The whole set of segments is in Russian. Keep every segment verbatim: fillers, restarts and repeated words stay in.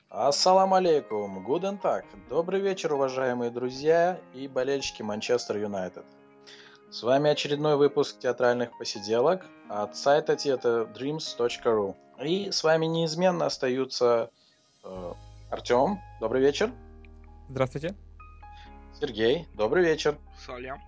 Ассаламу алейкум, гуден так. Добрый вечер, уважаемые друзья и болельщики Манчестер Юнайтед. С вами очередной выпуск театральных посиделок от сайта theatre dreams точка ru. И с вами неизменно остаются э, Артем, добрый вечер. Здравствуйте. Сергей, добрый вечер. Салям.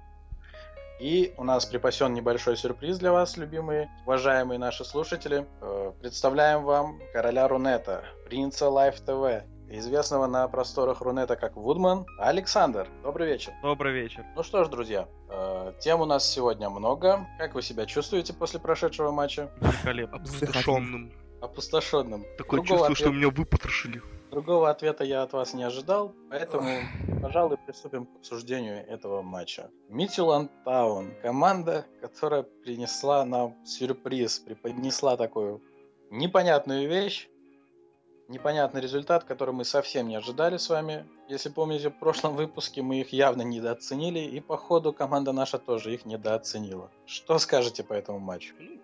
И у нас припасен небольшой сюрприз для вас, любимые, уважаемые наши слушатели. Э, Представляем вам короля Рунета, принца Лайф ТВ, известного на просторах Рунета как Вудман, Александр. Добрый вечер. Добрый вечер. Ну что ж, друзья, э, тем у нас сегодня много. Как вы себя чувствуете после прошедшего матча? Великолепно. Опустошенным. Опустошенным. Такое Другого чувство, что ответа- меня выпотрошили. Другого ответа я от вас не ожидал, поэтому, пожалуй, приступим к обсуждению этого матча. Midtjylland Town. Команда, которая принесла нам сюрприз, преподнесла такую непонятную вещь, непонятный результат, который мы совсем не ожидали с вами. Если помните, в прошлом выпуске мы их явно недооценили, и по ходу команда наша тоже их недооценила. Что скажете по этому матчу? Ну,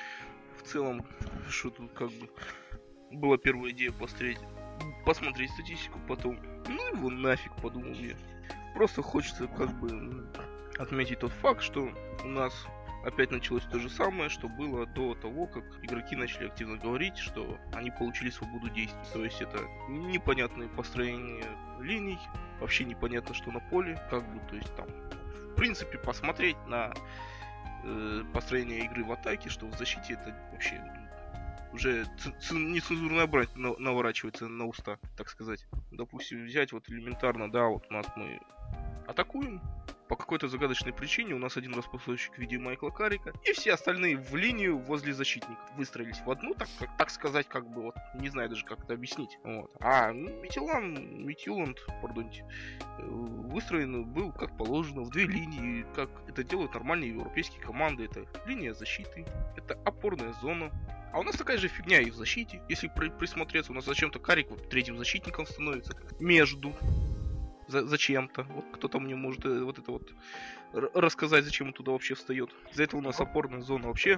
в целом, что тут как бы была первая идея посмотреть, посмотреть статистику, потом, ну его нафиг, подумал я. Просто хочется как бы ну, отметить тот факт, что у нас опять началось то же самое, что было до того, как игроки начали активно говорить, что они получили свободу действий. То есть это непонятное построение линий, вообще непонятно, что на поле, как бы, то есть там, в принципе, посмотреть на э, построение игры в атаке, что в защите это вообще уже ц- ц- нецензурная брань на- наворачивается на уста, так сказать. Допустим, взять вот элементарно, да, вот у нас мы атакуем, по какой-то загадочной причине у нас один распасовщик в виде Майкла Каррика, и все остальные в линию возле защитников выстроились в одну, так, как, так сказать, как бы, вот, не знаю даже, как это объяснить. Вот. А Митилан, Митиланд, пардонте, э, выстроен был как положено, в две линии, как это делают нормальные европейские команды. Это линия защиты, это опорная зона. А у нас такая же фигня и в защите. Если при- присмотреться, у нас зачем-то Каррик вот третьим защитником становится между. За- зачем-то. Вот кто-то мне может э, вот это вот р- рассказать, зачем он туда вообще встает. За это у нас опорная зона вообще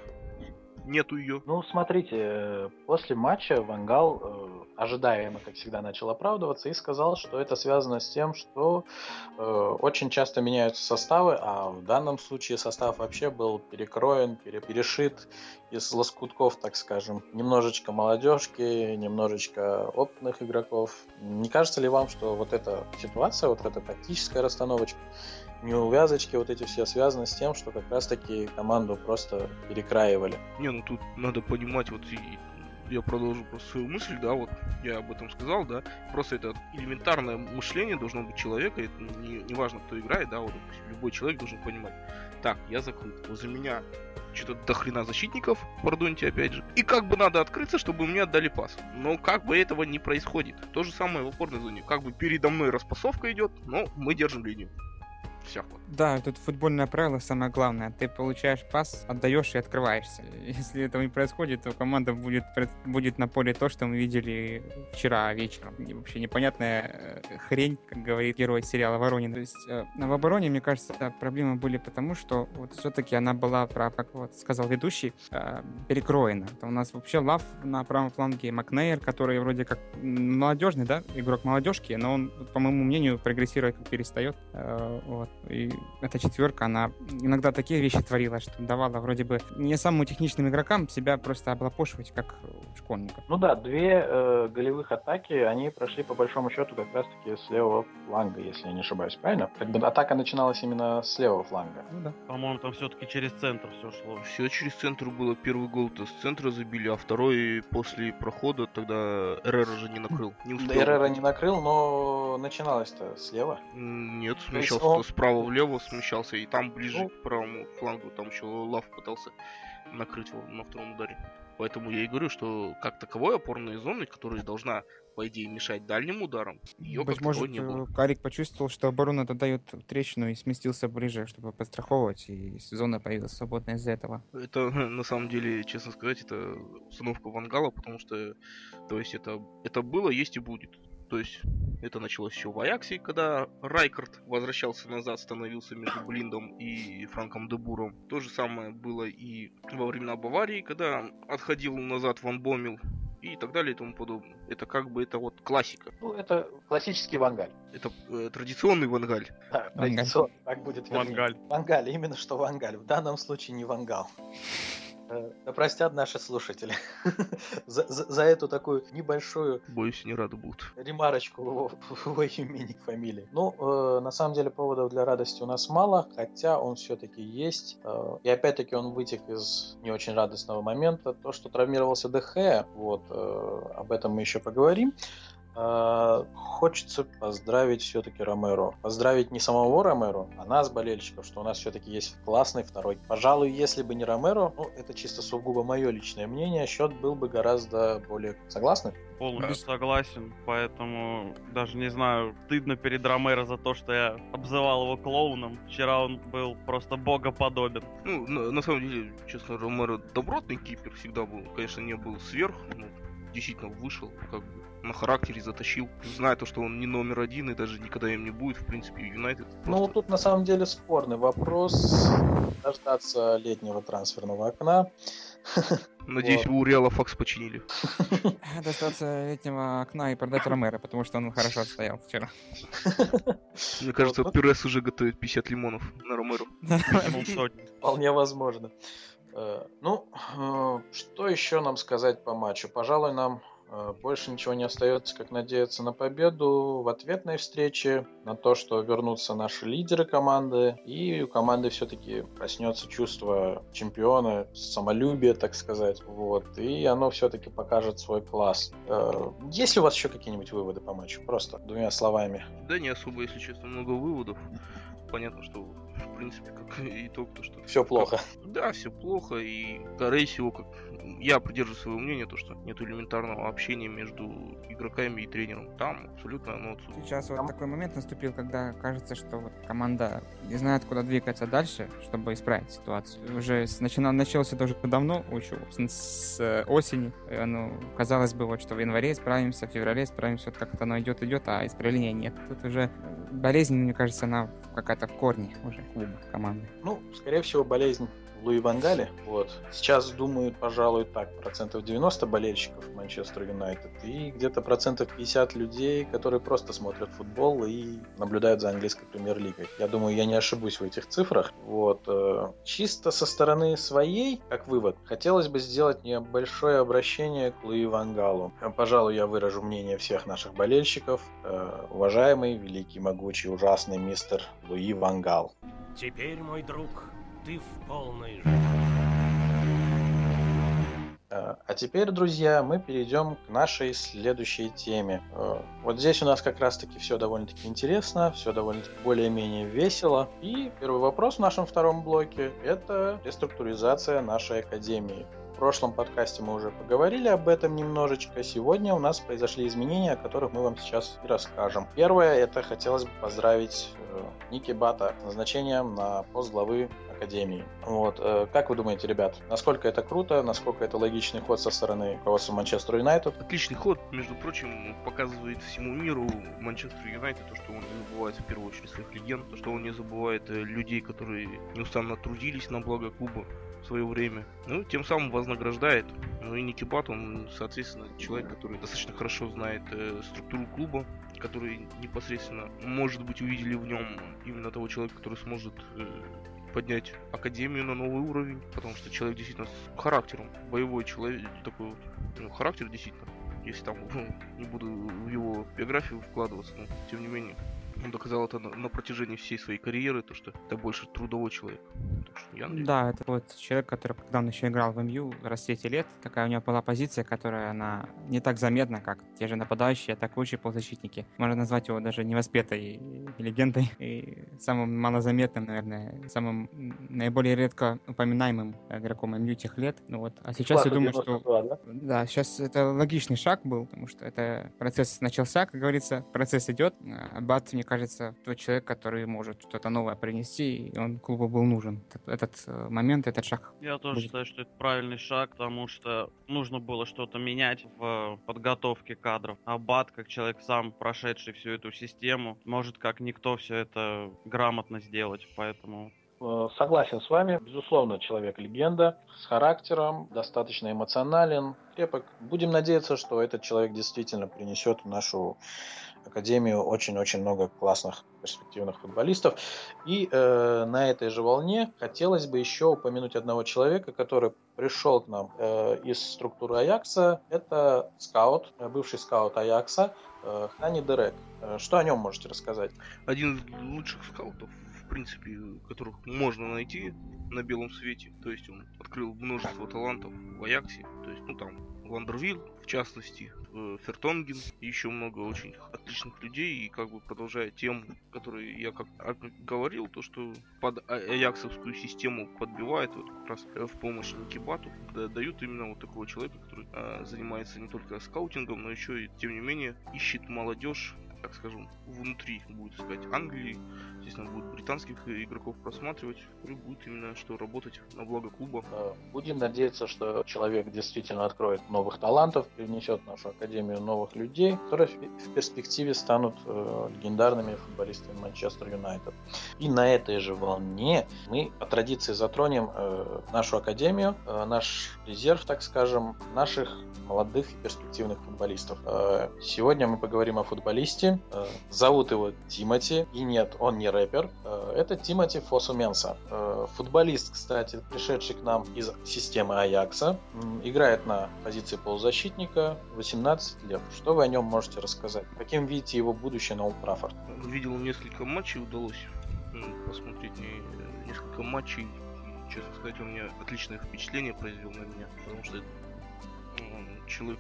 нету ее. Ну, смотрите, э, после матча Ван Гал э, ожидаемо, как всегда, начал оправдываться и сказал, что это связано с тем, что э, очень часто меняются составы, а в данном случае состав вообще был перекроен, пере- перешит из лоскутков, так скажем, немножечко молодежки, немножечко опытных игроков. Не кажется ли вам, что вот эта ситуация, вот эта тактическая расстановочка, неувязочки, вот эти все связаны с тем, что как раз-таки команду просто перекраивали? Не, ну тут надо понимать, вот и я продолжу просто свою мысль, да, вот я об этом сказал, да, просто это элементарное мышление должно быть человека, это не, не важно, кто играет, да, вот, допустим, любой человек должен понимать, так, я закрыт, возле меня что-то до хрена защитников, пардоньте, опять же, и как бы надо открыться, чтобы мне отдали пас, но как бы этого не происходит, то же самое в опорной зоне, как бы передо мной распасовка идет, но мы держим линию. Все. Да, тут футбольное правило самое главное. Ты получаешь пас, отдаешь и открываешься. Если этого не происходит, то команда будет, пред- будет на поле то, что мы видели вчера вечером. И вообще непонятная э, хрень, как говорит герой сериала «Воронин». То есть э, в обороне, мне кажется, проблемы были потому, что вот все-таки она была, прав, как вот сказал ведущий, э, перекроена. Это у нас вообще Лав на правом фланге, Макнейр, который вроде как м, молодежный, да, игрок молодежки, но он, по моему мнению, прогрессировать как перестает. Э, вот. И эта четверка, она иногда такие вещи творила, что давала вроде бы не самым техничным игрокам себя просто облапошивать, как школьников. Ну да, две э, голевых атаки, они прошли по большому счету как раз-таки с левого фланга, если я не ошибаюсь, правильно? Как бы атака начиналась именно с левого фланга. Ну да. По-моему, там все-таки через центр все шло. Все через центр было. Первый гол-то с центра забили, а второй после прохода тогда Эррера же не накрыл. Не успел. Эррера не накрыл, но начиналось-то слева. М, Нет, есть смещался он- справа влево, смещался, и там ближе Ну. к правому флангу, там еще Лав пытался накрыть его на втором ударе. Поэтому я и говорю, что как таковой опорной зоны, которая должна, по идее, мешать дальним ударам, ее как Быть таковой может, не было. э, Карик почувствовал, что оборона дает трещину и сместился ближе, чтобы подстраховывать, и зона появилась свободная из-за этого. Это, на самом деле, честно сказать, это установка Ван Гала, потому что, то есть, это, это было, есть и будет. То есть, это началось еще в Аяксе, когда Райкард возвращался назад, становился между Блиндом и Франком де Буром. То же самое было и во времена Баварии, когда отходил назад Ван Боммел и так далее и тому подобное. Это как бы это вот классика. Ну, это классический Вангаль. Это э, традиционный Вангаль. Да, Вангаль. традиционно так будет вернее. Вангаль. Вангаль, именно что Вангаль. В данном случае не Вангал. Э, Да простят наши слушатели за, за- за эту такую небольшую Боюсь, не рады будут. ремарочку в его, в его имени, фамилии. Ну, э, на самом деле поводов для радости у нас мало, хотя он все-таки есть. Э, и опять-таки он вытек из не очень радостного момента. То, что травмировался ДХ, вот, э, об этом мы еще поговорим. Э, Хочется поздравить все-таки Ромеро. Поздравить не самого Ромеро, а нас, болельщиков, что у нас все-таки есть классный второй. Пожалуй, если бы не Ромеро, ну, это чисто сугубо мое личное мнение, счет был бы гораздо более согласны. Полностью согласен, поэтому даже не знаю, стыдно перед Ромеро за то, что я обзывал его клоуном. Вчера он был просто богоподобен. Ну, на, на самом деле, честно, Ромеро добротный кипер всегда был. Конечно, не был сверх, но действительно вышел, как бы на характере затащил. Зная то, что он не номер один и даже никогда им не будет, в принципе, Юнайтед. Ну, просто- тут на самом деле спорный вопрос. Дождаться летнего трансферного окна. Надеюсь, Вот. у Реала факс починили. Достаться летнего окна и продать Ромеро, потому что он хорошо отстоял вчера. Мне кажется, Вот, ну- Пирес уже готовит пятьдесят лимонов на Ромеро. Минимум сотни. Вполне возможно. Э, Ну, э, что еще нам сказать по матчу? Пожалуй, нам э, больше ничего не остается, как надеяться на победу в ответной встрече, на то, что вернутся наши лидеры команды, и у команды все-таки проснется чувство чемпиона, самолюбие, так сказать, вот, и оно все-таки покажет свой класс. Э, Есть ли у вас еще какие-нибудь выводы по матчу? Просто двумя словами. Да не особо, если честно, много выводов. Понятно, что в принципе как итог то, что Все плохо. да, все плохо, и скорее всего, как я придерживаюсь своего мнения, то что нет элементарного общения между игроками и тренером. Там абсолютно оно отсутствует. Сейчас вот Там- такой момент наступил, когда кажется, что вот команда не знает, куда двигаться дальше, чтобы исправить ситуацию. Уже с, начина- началось это уже давно, еще с, с, э, осени. Э, Ну, казалось бы, вот что в январе справимся, в феврале справимся, вот как-то оно идет, идет, а исправления нет. Тут уже э, болезнь, мне кажется, она какая-то в корне уже клуба, команды. Ну, скорее всего, болезнь в Луи Ван Гале. Вот. Сейчас думают, пожалуй, так, процентов девяносто болельщиков Манчестер Юнайтед и где-то процентов пятьдесят людей, которые просто смотрят футбол и наблюдают за английской премьер-лигой. Я думаю, я не ошибусь в этих цифрах. Вот. э, Чисто со стороны своей, как вывод, хотелось бы сделать небольшое обращение к Луи Ван Галу. Э, Пожалуй, я выражу мнение всех наших болельщиков. Э, Уважаемый, великий, могучий, ужасный мистер Луи Ван Гал. Теперь, мой друг, ты в полной же. Э, А теперь, друзья, мы перейдем к нашей следующей теме. Э, Вот здесь у нас как раз-таки все довольно-таки интересно, все довольно-таки более-менее весело. И первый вопрос в нашем втором блоке – это реструктуризация нашей академии. В прошлом подкасте мы уже поговорили об этом немножечко. Сегодня у нас произошли изменения, о которых мы вам сейчас и расскажем. Первое – это хотелось бы поздравить э, Ники Бата с назначением на пост главы академии. Вот. э, Как вы думаете, ребят, насколько это круто, насколько это логичный ход со стороны руководства Манчестер Юнайтед? Отличный ход, между прочим, показывает всему миру Манчестер Юнайтед, то, что он не забывает в первую очередь своих легенд, то, что он не забывает э, людей, которые неустанно трудились на благо клуба в свое время. Ну, тем самым вознаграждает. Ну и Ники Бат, он, соответственно, человек, который достаточно хорошо знает э, структуру клуба, который непосредственно, может быть, увидели в нем именно того человека, который сможет э, поднять академию на новый уровень, потому что человек действительно с характером, боевой человек, такой вот, ну, характер действительно, если там не буду в его биографию вкладываться, но тем не менее, он доказал это на, на протяжении всей своей карьеры, то что это больше трудовой человек. Так что я надеюсь. Да, это вот человек, который, когда он еще играл в МЮ в расцвете лет, такая у него была позиция, которая она не так заметна, как те же нападающие, атакующие, полузащитники. Можно назвать его даже невоспетой легендой и самым малозаметным, наверное, самым наиболее редко упоминаемым игроком МЮ тех лет. Ну вот, а сейчас я думаю, что Да? да, сейчас это логичный шаг был, потому что это процесс начался, как говорится, процесс идет. А Бат, мне кажется, тот человек, который может что-то новое принести, и он клубу был нужен. Этот, этот э, момент, этот шаг. Я тоже Будет. считаю, что это правильный шаг, потому что нужно было что-то менять в подготовке кадров. А Бат, как человек сам прошедший всю эту систему, может как никто все это грамотно сделать. Поэтому э, согласен с вами. Безусловно, человек-легенда с характером, достаточно эмоционален, крепок. Будем надеяться, что этот человек действительно принесет в нашу академию очень-очень много классных перспективных футболистов. И э, на этой же волне хотелось бы еще упомянуть одного человека, который пришел к нам э, из структуры Аякса. Это скаут, бывший скаут Аякса э, Хани Дерек. Э, что о нем можете рассказать? Один из лучших скаутов, в принципе, которых можно найти на белом свете. То есть он открыл множество талантов в Аяксе. То есть, ну там, Вандервилл, в частности, Фертонген, и еще много очень отличных людей, и как бы продолжая тему, которую я как говорил, то что под аяксовскую систему подбивает вот как раз в помощь Никибату, когда дают именно вот такого человека, который а, занимается не только скаутингом, но еще и, тем не менее, ищет молодежь, так скажем, внутри, будет искать Англии, естественно, будет британских игроков просматривать, и будет именно что работать на благо клуба. Будем надеяться, что человек действительно откроет новых талантов, привнесет в нашу академию новых людей, которые в перспективе станут э, легендарными футболистами Манчестер Юнайтед. И на этой же волне мы по традиции затронем э, нашу академию, э, наш резерв, так скажем, наших молодых и перспективных футболистов. Э, сегодня мы поговорим о футболисте. Э, зовут его Тимоти, и нет, он не рэпер. Э, это Тимоти Фосу-Менса. Э, футболист, кстати, пришедший к нам из системы Аякса, э, играет на позиции полузащитника, восемнадцать лет. Что вы о нем можете рассказать? Каким видите его будущее на Олд Траффорд? Видел несколько матчей, удалось посмотреть мне несколько матчей. И, честно сказать, он мне отличное впечатление произвел на меня, потому что человек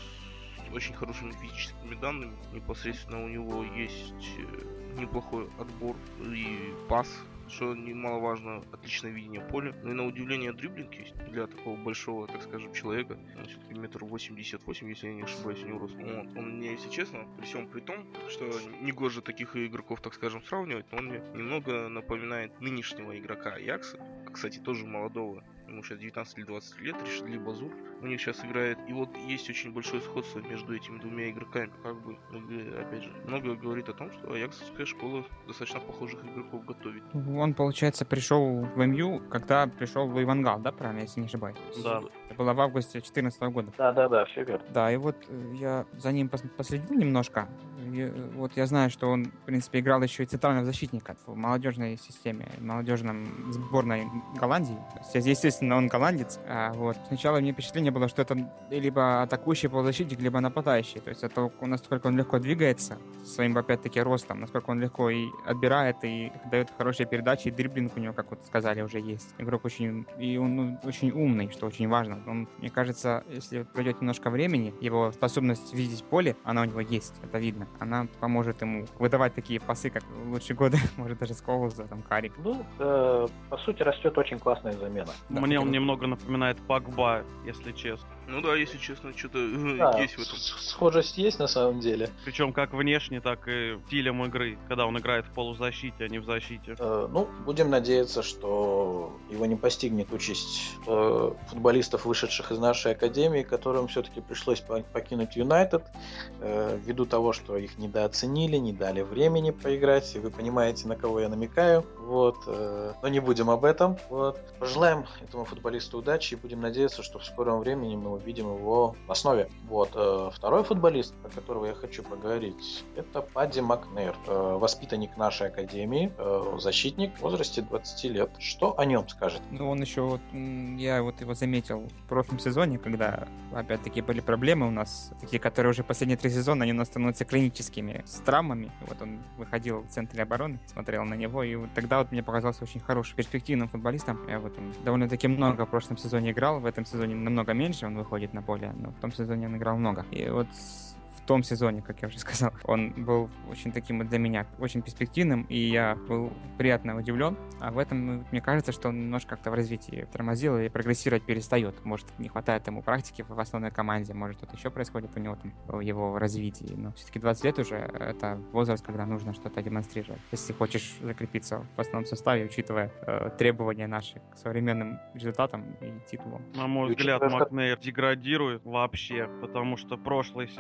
с очень хорошими физическими данными. Непосредственно у него есть неплохой отбор и пас, что немаловажно, отличное видение поля. Ну и на удивление дриблинг есть для такого большого, так скажем, человека. Он все-таки метр восемьдесят восемь, если я не ошибаюсь, у него рост. Он, он мне, если честно, при всем при том, что не гоже таких игроков, так скажем, сравнивать, но он мне немного напоминает нынешнего игрока Аякса, кстати, тоже молодого. Ему сейчас девятнадцать или двадцать лет, Ришли Базур у них сейчас играет. И вот есть очень большое сходство между этими двумя игроками. Как бы, опять же, многое говорит о том, что аяксовская школа достаточно похожих игроков готовит. Он, получается, пришел в МЮ, когда пришел Луи ван Гал, да, правильно, если не ошибаюсь? Да. Это было в августе две тысячи четырнадцатого года. Да-да-да, все верно. Да, и вот я за ним пос- последил немножко. И вот я знаю, что он, в принципе, играл еще и центрального защитника в молодежной системе, в молодежном сборной Голландии. То есть, естественно, он голландец. А вот сначала мне впечатление было, что это либо атакующий полузащитник, либо нападающий. То есть это насколько он легко двигается своим, опять-таки, ростом, насколько он легко и отбирает, и дает хорошие передачи, и дриблинг у него, как вот сказали, уже есть. Игрок очень, и он ну, очень умный, что очень важно. Он, мне кажется, если пройдет немножко времени, его способность видеть поле, она у него есть, это видно. Она поможет ему выдавать такие пасы, как в лучшие годы, может даже Сколза, там, Карик. Ну, э, по сути, растет очень классная замена. Мне он немного напоминает Погба, если честно. Ну да, если честно, что-то Да, есть в этом. схожесть есть на самом деле. Причем как внешне, так и стилем игры, когда он играет в полузащите, а не в защите. Э, ну, будем надеяться, что его не постигнет участь э, футболистов, вышедших из нашей академии, которым все-таки пришлось покинуть Юнайтед, э, ввиду того, что их недооценили, не дали времени поиграть, и вы понимаете, на кого я намекаю. Вот, э, но не будем об этом. Вот. Пожелаем этому футболисту удачи и будем надеяться, что в скором времени мы увидим его в основе. Вот. Э, второй футболист, про которого я хочу поговорить, это Падди Макнейр, э, воспитанник нашей академии, э, защитник в возрасте двадцати лет. Что о нем скажет? Ну, он еще, вот, я вот его заметил в прошлом сезоне, когда, опять-таки, были проблемы у нас, такие, которые уже последние три сезона, они у нас становятся клиническими, с травмами. Вот он выходил в центре обороны, смотрел на него, и вот тогда вот мне показался очень хорошим, перспективным футболистом. Я вот он довольно-таки много в прошлом сезоне играл, в этом сезоне намного меньше он выходит на поле, но в том сезоне он играл много. И вот в том сезоне, как я уже сказал, он был очень таким для меня, очень перспективным, и я был приятно удивлен. А в этом, мне кажется, что он немножко как-то в развитии тормозил и прогрессировать перестает. Может, не хватает ему практики в основной команде, может, что-то еще происходит у него там в его развитии. Но все-таки двадцать лет уже — это возраст, когда нужно что-то демонстрировать. Если хочешь закрепиться в основном составе, учитывая э, требования наши к современным результатам и титулам. На мой И взгляд, учитывая, что- Макнейр деградирует вообще, потому что прошлый сезон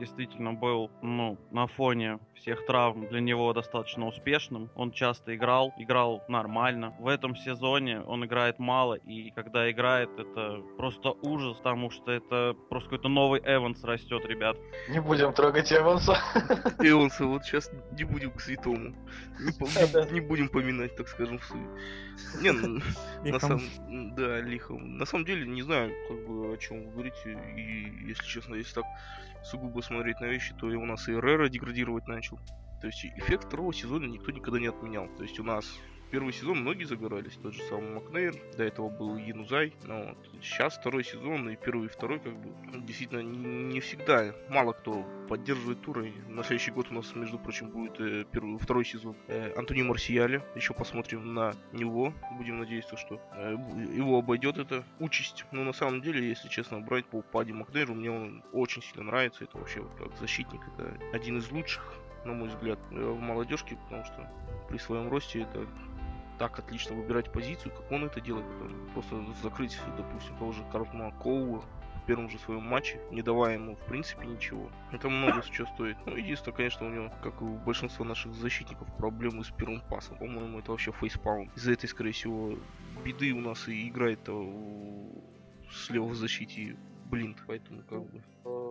действительно был, ну, на фоне всех травм для него достаточно успешным. Он часто играл, играл нормально. В этом сезоне он играет мало, и когда играет, это просто ужас, потому что это просто какой-то новый Эванс растет, ребят. Не будем трогать Эванса. Эванса, вот сейчас не будем к святому. Не, по- не- не будем поминать, так скажем, в суе. Не, ну, на самом... Да, лихом. На самом деле, не знаю, как бы, о чем вы говорите. И, если честно, если так сугубо смотреть на вещи, то и у нас и Эррера деградировать начал. То есть эффект второго сезона никто никогда не отменял. То есть у нас первый сезон многие загорались, тот же самый Макнейр, до этого был Янузай. Ну, вот. Сейчас второй сезон, и первый, и второй, как бы, действительно, не, не всегда, мало кто поддерживает туры. На следующий год у нас, между прочим, будет э, первый, второй сезон э, Антони Марсиале. Еще посмотрим на него. Будем надеяться, что э, его обойдет эта участь. Но на самом деле, если честно, брать по Пади Макнейру, мне он очень сильно нравится. Это вообще, как защитник, это один из лучших, на мой взгляд, в молодежке, потому что при своем росте это так отлично выбирать позицию, как он это делает. Потом просто закрыть, допустим, того же Картма Коула в первом же своем матче, не давая ему в принципе ничего. Это много чего стоит. Ну, единственное, конечно, у него, как и у большинства наших защитников, проблемы с первым пасом. По-моему, это вообще фейспаун. Из-за этой, скорее всего, беды у нас и играет у... слева в защите Блинт, поэтому как бы...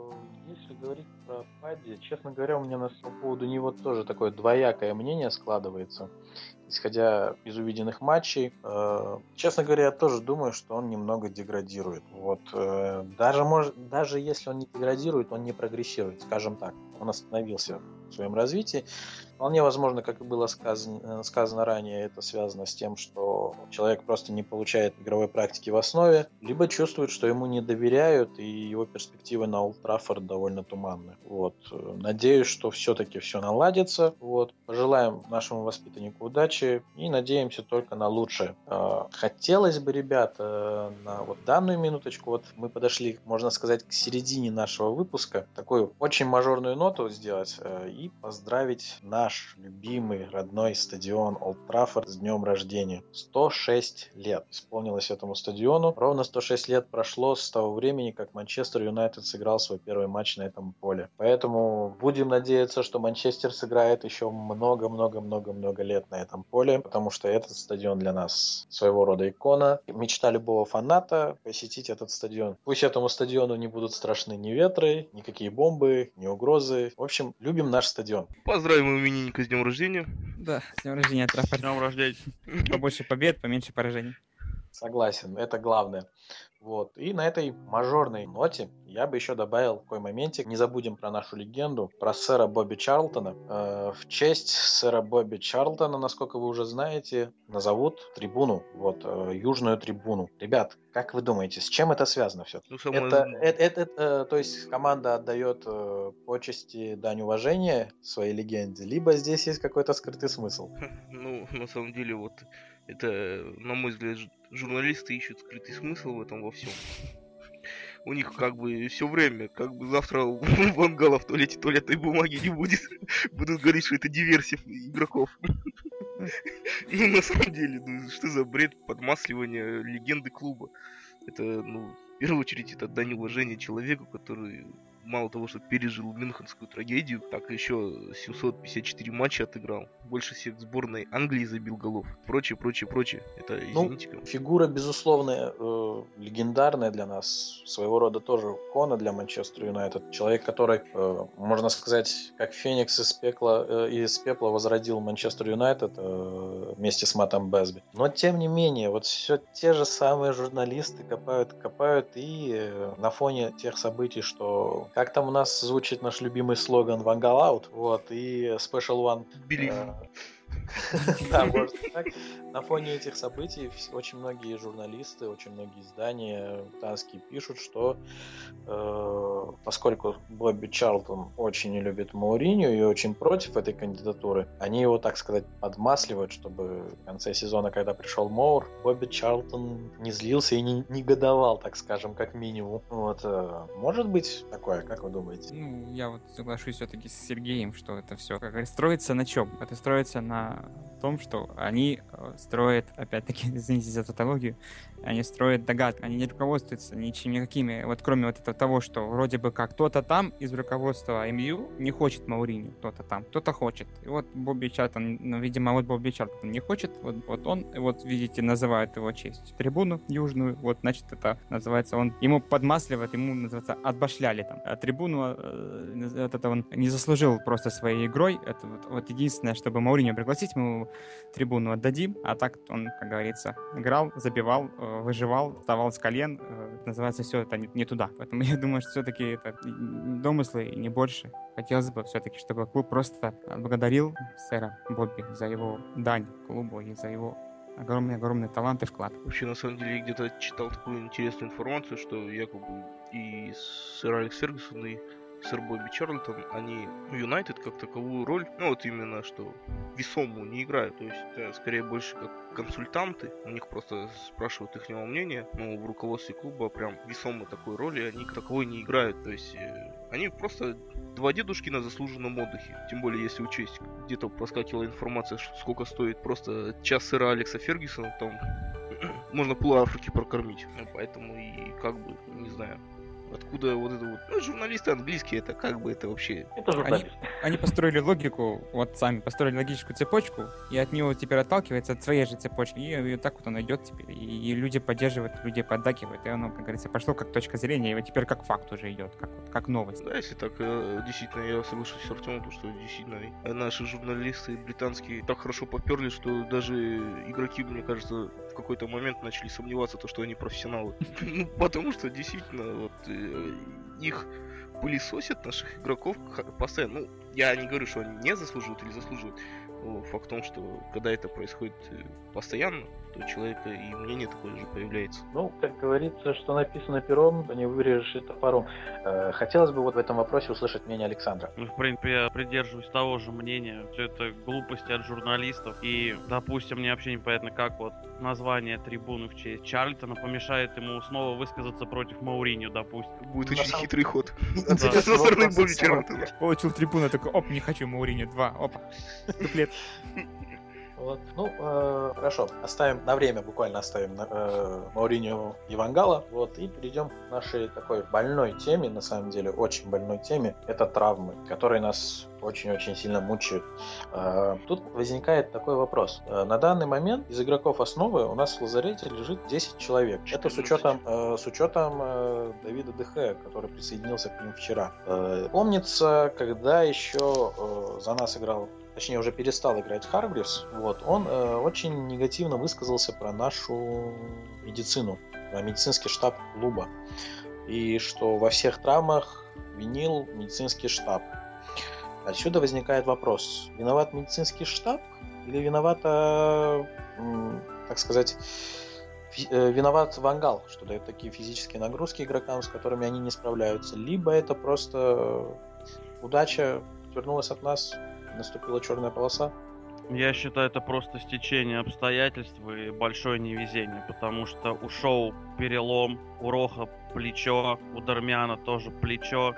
Если говорить про Падди, честно говоря, у меня на, по поводу него тоже такое двоякое мнение складывается, исходя из увиденных матчей. Э, честно говоря, я тоже думаю, что он немного деградирует. Вот, э, даже, может, даже если он не деградирует, он не прогрессирует, скажем так. Он остановился в своем развитии. Вполне возможно, как и было сказано, сказано ранее, это связано с тем, что человек просто не получает игровой практики в основе, либо чувствует, что ему не доверяют, и его перспективы на Олд Траффорд довольно туманны. Вот. Надеюсь, что все-таки все наладится. Вот. Пожелаем нашему воспитаннику удачи и надеемся только на лучшее. Хотелось бы, ребята, на вот данную минуточку, вот мы подошли, можно сказать, к середине нашего выпуска, такую очень мажорную ноту сделать и поздравить на наш любимый родной стадион Олд Траффорд с днем рождения. сто шесть лет исполнилось этому стадиону. Ровно сто шесть лет прошло с того времени, как Манчестер Юнайтед сыграл свой первый матч на этом поле. Поэтому будем надеяться, что Манчестер сыграет еще много-много-много-много лет на этом поле, потому что этот стадион для нас своего рода икона. Мечта любого фаната посетить этот стадион. Пусть этому стадиону не будут страшны ни ветры, никакие бомбы, ни угрозы. В общем, любим наш стадион. Поздравим именинника с днем рождения. Да, с днем рождения, Траффорд. С днем рождения. Побольше побед, поменьше поражений. Согласен, это главное. Вот. И на этой мажорной ноте я бы еще добавил такой моментик. Не забудем про нашу легенду, про сэра Бобби Чарлтона. Э, в честь сэра Бобби Чарлтона, насколько вы уже знаете, назовут трибуну, вот, э, южную трибуну. Ребят, как вы думаете, с чем это связано все? Ну, самое... это, это, это, это, то есть команда отдает э, почести, дань уважения своей легенде, либо здесь есть какой-то скрытый смысл? Ну, на самом деле, вот это, на мой взгляд, журналисты ищут скрытый смысл в этом во всем. У них как бы все время, как бы завтра у Ван Гала в туалете туалетной бумаги не будет. Будут говорить, что это диверсия игроков. Ну, на самом деле, ну что за бред подмасливания легенды клуба? Это, ну, в первую очередь, это дань уважения человеку, который мало того, что пережил мюнхенскую трагедию, так еще семьсот пятьдесят четыре матча отыграл. Больше всех сборной Англии забил голов. Прочее, прочее, прочее. Это, извините. Ну, фигура, безусловно, э, легендарная для нас. Своего рода тоже икона для Манчестер Юнайтед. Человек, который, э, можно сказать, как Феникс из пекла, э, из пепла возродил Манчестер Юнайтед э, вместе с Мэттом Бэсби. Но, тем не менее, вот все те же самые журналисты копают, копают и э, на фоне тех событий, что... Как там у нас звучит наш любимый слоган «One Goal Out», вот, и Special One. Believe. Да, может так. На фоне этих событий очень многие журналисты, очень многие издания британские пишут, что э, поскольку Бобби Чарлтон очень не любит Мауриньо и очень против этой кандидатуры, они его, так сказать, подмасливают, чтобы в конце сезона, когда пришел Моур, Бобби Чарлтон не злился и не негодовал, так скажем, как минимум. Вот, э, может быть такое, как вы думаете? Ну, я вот соглашусь все-таки с Сергеем, что это все как строится на чем? Это строится на на том, что они э, строят, опять-таки, извините за тавтологию, они строят догадки, они не руководствуются ничем, никакими, вот кроме вот этого того, что вроде бы как кто-то там из руководства эм ю не хочет Мауриньо, кто-то там, кто-то хочет. И вот Бобби Чартон, ну, видимо, вот Бобби Чартон не хочет, вот, вот он, вот видите, называют его честь трибуну южную, вот, значит, это называется, он, ему подмасливает, ему, называется, отбашляли там. А трибуну, э, вот это он не заслужил просто своей игрой, это вот, вот единственное, чтобы Мауриньо пригласить, мы ему трибуну отдадим, а так он, как говорится, играл, забивал, выживал, вставал с колен, называется, все это не, не туда. Поэтому я думаю, что все-таки это домыслы и не больше. Хотелось бы все-таки, чтобы клуб просто благодарил сэра Бобби за его дань клубу и за его огромный-огромный талант и вклад. Вообще, на самом деле, я где-то читал такую интересную информацию, что якобы и сэр Алекс Фергюсон, и сэр Бобби Чарлтон, они в Юнайтед как таковую роль, ну вот именно что весомую не играют, то есть это скорее больше как консультанты, у них просто спрашивают их мнения, но в руководстве клуба прям весомой такой роли они как таковой не играют, то есть э, они просто два дедушки на заслуженном отдыхе, тем более если учесть, где-то проскакивала информация, сколько стоит просто час сэра Алекса Фергюсона, там можно пол Африки прокормить, ну, поэтому и как бы, не знаю. Откуда вот это вот... Ну, журналисты английские, это как бы это вообще... Это журналист. Они, они построили логику, вот сами построили логическую цепочку, и от него теперь отталкивается от своей же цепочки, и, и так вот он идет теперь. И, и люди поддерживают, люди поддакивают, и оно, как говорится, пошло как точка зрения, и вот теперь как факт уже идет, как, как новость. Да, если так, действительно, я соглашусь с Артемом, то что действительно наши журналисты британские так хорошо поперли, что даже игроки, мне кажется, в какой-то момент начали сомневаться, то, что они профессионалы. Ну, потому что действительно, вот их пылесосят, наших игроков постоянно. Ну, я не говорю, что они не заслуживают или заслуживают. Но факт в том, что когда это происходит постоянно, то у человека и мнение такое же появляется. Ну, как говорится, что написано пером, то не вырежешь и топором. Э, хотелось бы вот в этом вопросе услышать мнение Александра. Ну, в принципе, я придерживаюсь того же мнения. Все это глупости от журналистов. И, допустим, мне вообще непонятно, как вот название трибуны в честь Чарльтона помешает ему снова высказаться против Мауриньо, допустим. Будет На очень самом- хитрый ход. Да. Со стороны Бобби Чарлтона. Получил трибуну, такой, оп, не хочу Мауриньо, два, опа, дуплет. Вот. Ну, э, хорошо. Оставим на время, буквально оставим э, Мауриньо и Ван Гала. Вот, и перейдем к нашей такой больной теме, на самом деле, очень больной теме. Это травмы, которые нас очень-очень сильно мучают. Э, тут возникает такой вопрос. Э, на данный момент из игроков основы у нас в лазарете лежит десять человек. Это с учетом, э, с учетом э, Давида Де Геа, который присоединился к ним вчера. Э, помнится, когда еще э, за нас играл, точнее уже перестал играть Харгривс, вот, он э, очень негативно высказался про нашу медицину, про медицинский штаб клуба. И что во всех травмах винил медицинский штаб. Отсюда возникает вопрос, виноват медицинский штаб или виновата, м, так сказать, фи- э, виноват Ван Гал, что дает такие физические нагрузки игрокам, с которыми они не справляются, либо это просто удача отвернулась от нас, наступила черная полоса. Я считаю, это просто стечение обстоятельств и большое невезение, потому что у Шоу перелом, у Роха плечо, у Дармиана тоже плечо,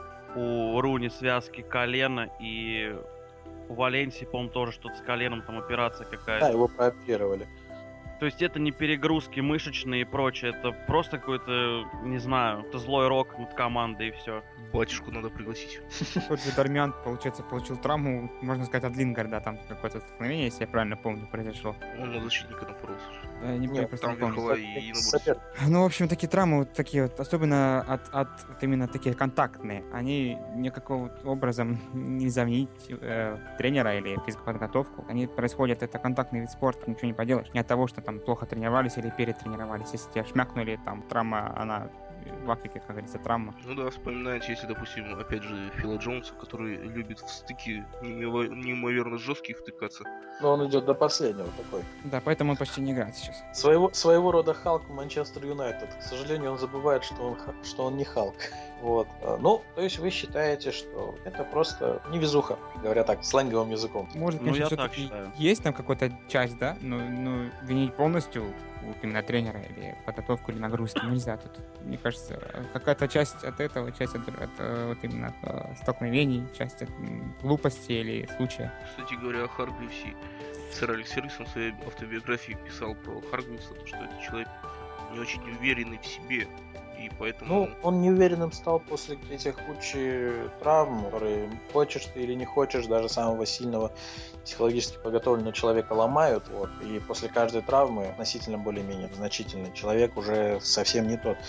у Руни связки колено, и у Валенсии, по-моему, тоже что-то с коленом, там операция какая-то. Да, его прооперировали. То есть это не перегрузки мышечные и прочее, это просто какой-то, не знаю, это злой рок над командой и все. Батюшку надо пригласить. Тот же Дармиан, получается, получил травму, можно сказать, от Лингарда, там какое-то столкновение, если я правильно помню, произошло. Он на защитника напоролся. Я не Нет, просто там не помню. Михаил и Сопер- Ну, в общем, такие травмы, вот такие вот, особенно от, от вот именно такие контактные, они никаким образом не заменить э, тренера или физподготовку. Они происходят, это контактный вид спорта, ничего не поделаешь. Не от того, что там плохо тренировались или перетренировались. Если тебя шмякнули, там травма, она в Африке, как говорится, травма. Ну да, вспоминаете, если, допустим, опять же, Фила Джонса, который любит в стыки неимово- неимоверно жесткие втыкаться. Но он идет до последнего такой. Да, поэтому он почти не играет сейчас. Своего, своего рода Халк Манчестер Юнайтед. К сожалению, он забывает, что он, ха- что он не Халк. Вот. А, Ну, то есть вы считаете, что это просто невезуха, говоря так, сленговым языком. Может, Ну, конечно, я так всё-таки считаю. есть там какая-то часть, да, но, но винить полностью вот именно тренера или подготовку или нагрузки. Нельзя тут. Мне кажется, какая-то часть от этого, часть от, от вот именно от столкновений, часть от глупости или случая. Кстати говоря, о Харгривсе, сэр Алекс Фергюсон в своей автобиографии писал про Харгривса, что это человек не очень уверенный в себе. И поэтому... Ну, он неуверенным стал после этих кучи травм, которые, хочешь ты или не хочешь, даже самого сильного психологически подготовленного человека ломают. Вот, и после каждой травмы, относительно более-менее значительный, человек уже совсем не тот.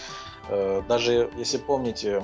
Даже, если помните,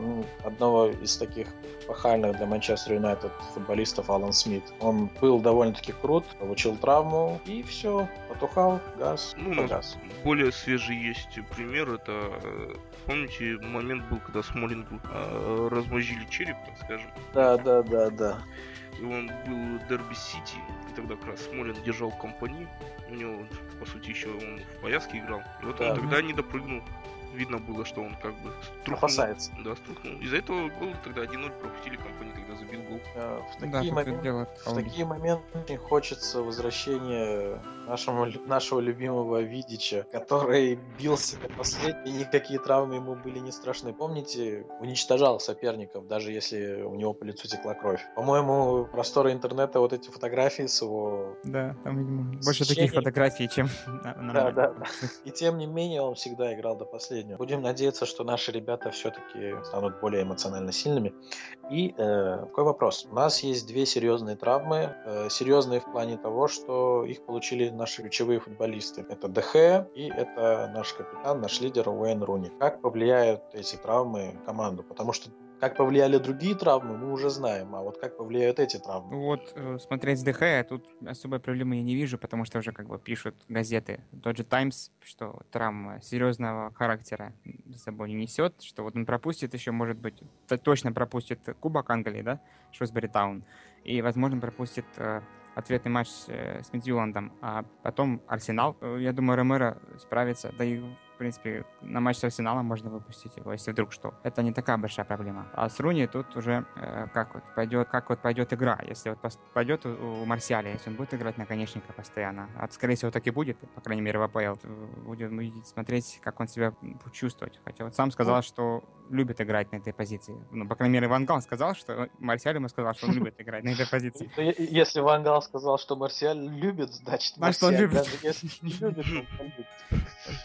одного из таких эпохальных для Манчестер Юнайтед футболистов Алан Смит. Он был довольно-таки крут, получил травму и все, потухал, газ, ну, погас. Более свежий есть пример, это, помните, момент был, когда Смолингу э, размозжили череп, так скажем. Да, да, да, да. И он был в Дерби Сити, и тогда как раз Смолинг держал компанию, у него, по сути, еще он в повязке играл, и вот да. он тогда не допрыгнул. Видно было, что он как бы струхнул. Опасается. Да, струхнул. Из-за этого гол тогда один ноль пропустили, компания тогда забил гол. В такие, да, момент... дело, в такие моменты хочется возвращения нашему, нашего любимого Видича, который бился до последнего, и никакие травмы ему были не страшны. Помните, уничтожал соперников, даже если у него по лицу текла кровь. По-моему, просторы интернета вот эти фотографии с его... Да, там, видимо, больше Сечение... таких фотографий, чем... Да, да, да. И тем не менее он всегда играл до последнего. Будем надеяться, что наши ребята все-таки станут более эмоционально сильными. И э, такой вопрос. У нас есть две серьезные травмы. Э, серьезные в плане того, что их получили наши ключевые футболисты. Это ДХ и это наш капитан, наш лидер Уэйн Руни. Как повлияют эти травмы на команду? Потому что как повлияли другие травмы, мы уже знаем, а вот как повлияют эти травмы? Вот э, смотреть с ДХ, тут особой проблемы я не вижу, потому что уже как бы пишут газеты, тот же Times, что травма серьезного характера за собой не несет, что вот он пропустит еще, может быть, точно пропустит Кубок Англии, да, Шрусбери Таун, и, возможно, пропустит э, ответный матч э, с Мидтьюландом, а потом Арсенал. Я думаю, Ромеро справится, да и в принципе, на матч с Арсеналом можно выпустить его, если вдруг что. Это не такая большая проблема. А с Руни тут уже э, как вот пойдет, как вот пойдет игра. Если вот пойдет у, у Марсиаля, если он будет играть наконечника постоянно, а скорее всего так и будет, по крайней мере в АПЛ, будем видеть, смотреть, как он себя чувствовать. Хотя вот сам сказал, что любит играть на этой позиции. Ну, по крайней мере, Ван Гал сказал, что Марсиаль ему сказал, что он любит играть на этой позиции. Если Ван Гал сказал, что Марсиаль любит, значит Марсиаль даже если не любит, он любит.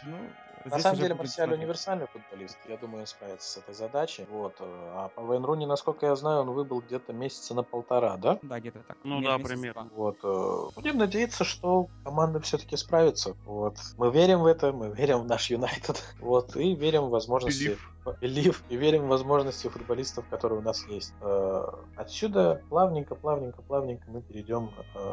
На самом деле Марсиаль универсальный футболист. Я думаю, он справится с этой задачей. Вот. А по Уэйн Руни, насколько я знаю, он выбыл где-то месяца на полтора, да? Да, где-то так. Ну да, примерно. Вот. Будем надеяться, что команда все-таки справится. Вот. Мы верим в это, мы верим в наш Юнайтед. Вот. И верим в возможности... Believe. И верим в возможности футболистов, которые у нас есть. Отсюда плавненько, плавненько, плавненько мы перейдем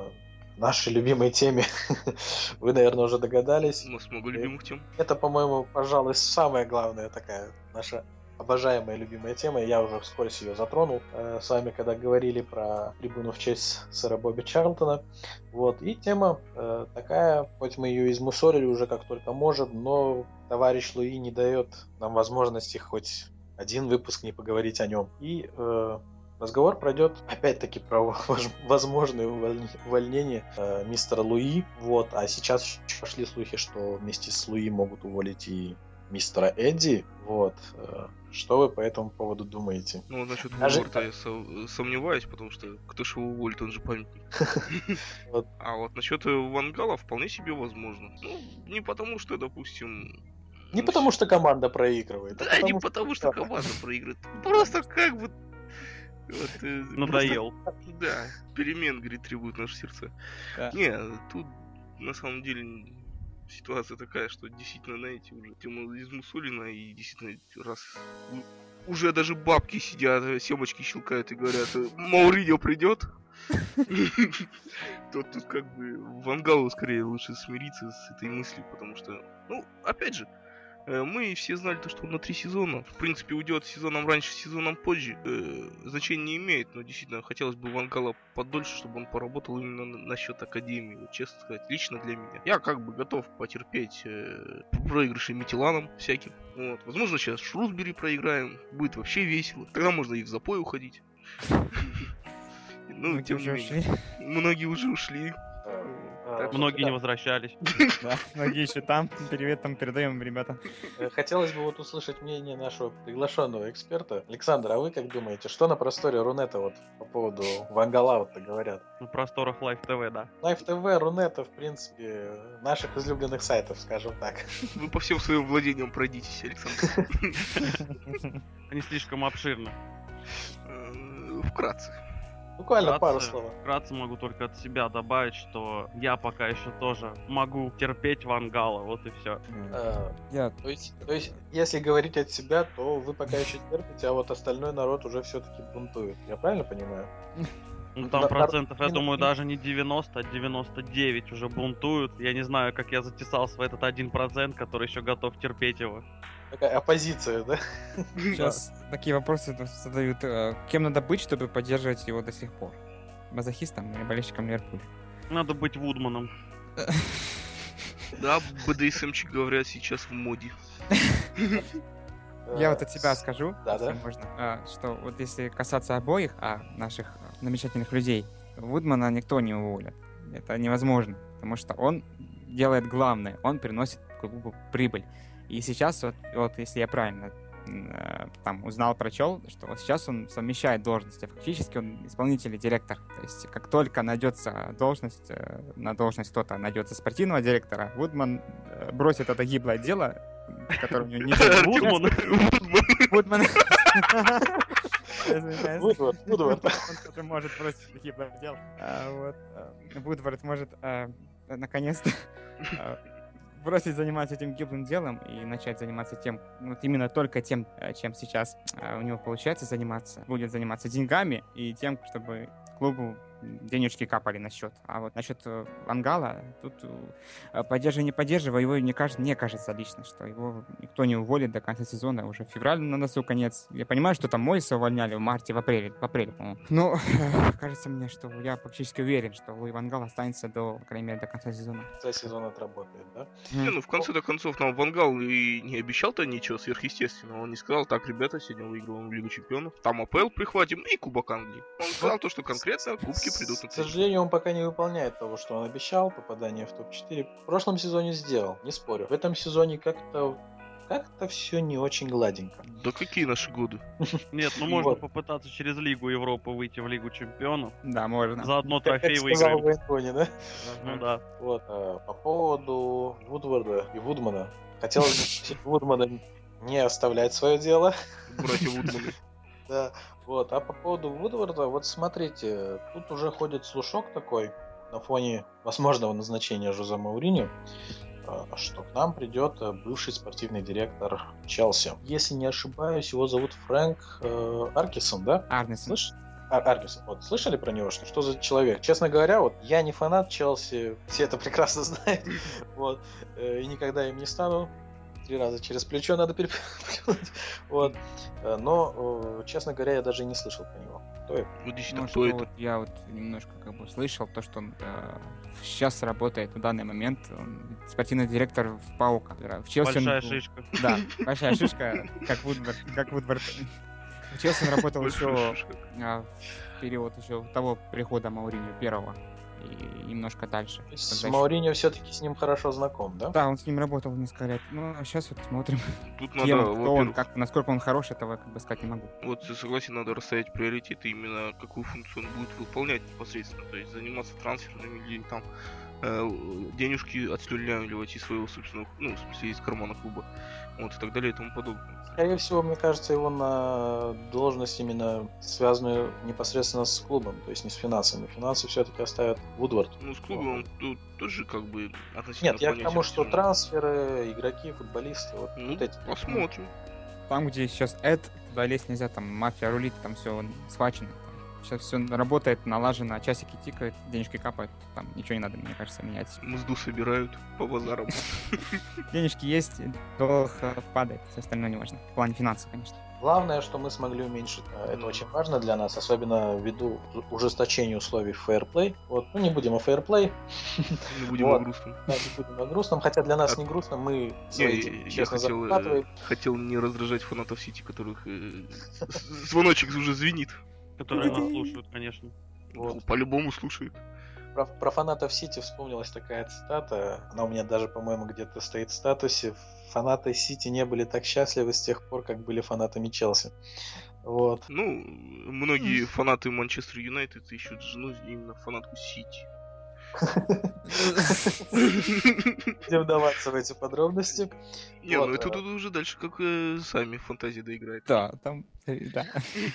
нашей любимой теме. Вы, наверное, уже догадались. У нас много любимых тем. Это, по-моему, пожалуй, самая главная такая наша обожаемая любимая тема. Я уже вскользь ее затронул э, с вами, когда говорили про трибуну в честь сэра Бобби Чарлтона. Вот. И тема э, такая, хоть мы ее измусорили уже как только можем, но товарищ Луи не дает нам возможности хоть один выпуск не поговорить о нем. И э, разговор пройдет опять-таки про возможное увольнение э, мистера Луи. Вот. А сейчас пошли слухи, что вместе с Луи могут уволить и мистера Эдди. Вот. Э, что вы по этому поводу думаете? Ну, насчет Вулварда я со- сомневаюсь, потому что кто ж его уволит, он же памятник. А вот насчет Ван Гала вполне себе возможно. Ну, не потому что, допустим... Не потому что команда проигрывает. Да, не потому что команда проигрывает. Просто как бы... Вот, э, надоел. Просто, да, перемен, говорит, требуют наши сердца. Да. Не, тут на самом деле ситуация такая, что действительно, знаете, уже тема измусолена, и действительно раз уже даже бабки сидят, семочки щелкают и говорят, Мауриньо придет, то тут как бы Ван Галу скорее лучше смириться с этой мыслью, потому что, ну, опять же, мы все знали то, что он на три сезона. В принципе, уйдет сезоном раньше, сезоном позже. Э, значения не имеет, но действительно хотелось бы Ван Гала подольше, чтобы он поработал именно насчет Академии. Вот, честно сказать, лично для меня. Я как бы готов потерпеть э, проигрыши Митиланом всяким. Вот. Возможно, сейчас Шрусбери проиграем. Будет вообще весело. Тогда можно и в запой уходить. Ну, тем не менее. Многие уже ушли. Так, Многие не возвращались. Да, многие еще там. Привет там передаем, ребята. Э, Хотелось бы вот услышать мнение нашего приглашенного эксперта. Александр, а вы как думаете, что на просторе Рунета вот по поводу Вангалаута говорят? На просторах Live ти ви, да. Live ти ви, Рунета, в принципе, наших излюбленных сайтов, скажем так. Вы по всем своим владениям пройдитесь, Александр. Они слишком обширны. Э, Вкратце. Буквально пару Вкратце- слов. Вкратце могу только от себя добавить, что я пока еще тоже могу терпеть Вангала, вот и все. Э, Я То есть, то есть, если говорить от себя, то вы пока еще терпите, а вот остальной народ уже все-таки бунтует. Я правильно понимаю? Ну там На- процентов, я на- думаю, даже не девяносто, а девяносто девять уже бунтуют. Я не знаю, как я затесался в этот один процент, который еще готов терпеть его. Такая оппозиция, да? сейчас такие вопросы тут задают. э, Кем надо быть, чтобы поддерживать его до сих пор? Мазохистом или болельщиком Ливерпуля? Надо быть Вудманом. Да, БДСМчик, говорят, сейчас в моде. Я Э, вот от себя скажу, да, если да. можно, а, что вот если касаться обоих, а наших а, замечательных людей, то Вудмана никто не уволит. Это невозможно, потому что он делает главное, он приносит клубу прибыль. И сейчас, вот, вот если я правильно м, э, там узнал, прочел, что вот сейчас он совмещает должности, фактически он исполнительный директор. То есть как только найдется должность, э, на должность кто-то найдется спортивного директора, Вудман э, бросит это гиблое дело, которое у него не Вудман. Вудман. Извиняюсь. Вудвард, Вудвард. Он тоже может бросить такие дела. А, вот, а, Вудвард может а, наконец-то а, бросить заниматься этим гиблым делом и начать заниматься тем, вот именно только тем, а, чем сейчас а, у него получается заниматься. Будет заниматься деньгами и тем, чтобы клубу денежки капали на счет. А вот насчет э, Вангала, тут э, поддерживай, не поддерживай, его не кажется, мне кажется лично, что его никто не уволит до конца сезона. Уже февраль на носу конец. Я понимаю, что там Мойса увольняли в марте, в апреле, в апреле, по-моему. Но кажется мне, что я практически уверен, что Луи Вангал останется до, по крайней мере, до конца сезона. За сезон отработает, да? Не, ну в конце-то концов нам Вангал и не обещал-то ничего сверхъестественного. Он не сказал, так, ребята, сегодня выигрываем Лигу Чемпионов, там АПЛ прихватим и Кубок Англии. Он сказал то, что конкретно кубки придут на К цель. сожалению, он пока не выполняет того, что он обещал, попадание в топ четыре. В прошлом сезоне сделал, не спорю. В этом сезоне как-то как-то все не очень гладенько. Да какие наши годы? Нет, ну можно Вот. попытаться через Лигу Европы выйти в Лигу Чемпионов. Да, можно. Заодно Как, трофей как сказал выиграем. Вейн Рони, да? Ну да. Вот, а, по поводу Вудварда и Вудмана. Хотелось бы попросить Вудмана не оставлять свое дело. Братья Вудманы. Да, вот. А по поводу Вудварда, вот смотрите, тут уже ходит слушок такой на фоне возможного назначения Жозе Мауриньо, а, что к нам придет а, бывший спортивный директор Челси. Если не ошибаюсь, его зовут Фрэнк э, Аркисон, да? Арнесон. Слышь? Ар- Аркисон, вот слышали про него, что, что за человек? Честно говоря, вот я не фанат Челси, все это прекрасно знают, вот, э, и никогда им не стану. Три раза через плечо надо переплюнуть. Вот. Э, Но, э, честно говоря, я даже и не слышал про него. Кто это? Вот действительно, Ну, кто что это? вот я вот немножко как бы слышал то, что он э, сейчас работает в данный момент. Он спортивный директор в ПАОК. В Челси он Большая был- шишка. Да, большая шишка, как Вудвард. Как Вудвард. В Челси он работал еще Большая шишка. а, в период еще того прихода Мауриньо первого и немножко дальше. То есть Когда еще- Мауриньо все-таки с ним хорошо знаком, да? Да, он с ним работал несколько лет. Ну, а сейчас вот смотрим, Тут кем, надо, кто он, во-первых, как, насколько он хорош, этого как бы сказать не могу. вот я согласен, надо расставить приоритеты, именно какую функцию он будет выполнять непосредственно. То есть заниматься трансферами или там э, денежки отслюнявливать из своего собственного, ну, в смысле, из кармана клуба, вот, и так далее и тому подобное. Скорее всего, мне кажется, его на должность именно связанную непосредственно с клубом, то есть не с финансами. Финансы все-таки оставят Вудвард. Ну, с клубом он тут тоже как бы относительно Нет, я к понятен тому, что всё. трансферы, игроки, футболисты, вот, Ну, вот эти. посмотрим. Там, где сейчас Эд, туда лезть нельзя, там мафия рулит, там все схвачено. Сейчас все работает, налажено, часики тикают, денежки капают, там ничего не надо, мне кажется, менять. Мзду собирают по базарам. Денежки есть, долг э, падает, все остальное не важно. В плане финансов, конечно. Главное, что мы смогли уменьшить. э, Это очень важно для нас, особенно ввиду ужесточения условий фейерплей. Вот, ну не будем о фейерплей, Не будем Вот. о грустном. да, не будем о грустном, хотя для нас А- не грустно, мы Не, свои я- деньги я честно хотел, э, зарабатываем. хотел не раздражать фанатов Сити, которых э, звоночек уже звенит. Которые нас слушают, конечно. Вот. По-любому слушают. Про, про фанатов Сити вспомнилась такая цитата. Она у меня даже, по-моему, где-то стоит в статусе. Фанаты Сити не были так счастливы с тех пор, как были фанатами Челси. Вот. Ну, многие фанаты Манчестер Юнайтед ищут жену именно фанатку Сити. Не вдаваться в эти подробности. Не, Вот, ну это а. тут уже дальше как э, сами фантазии доиграют. Да, там, э, да.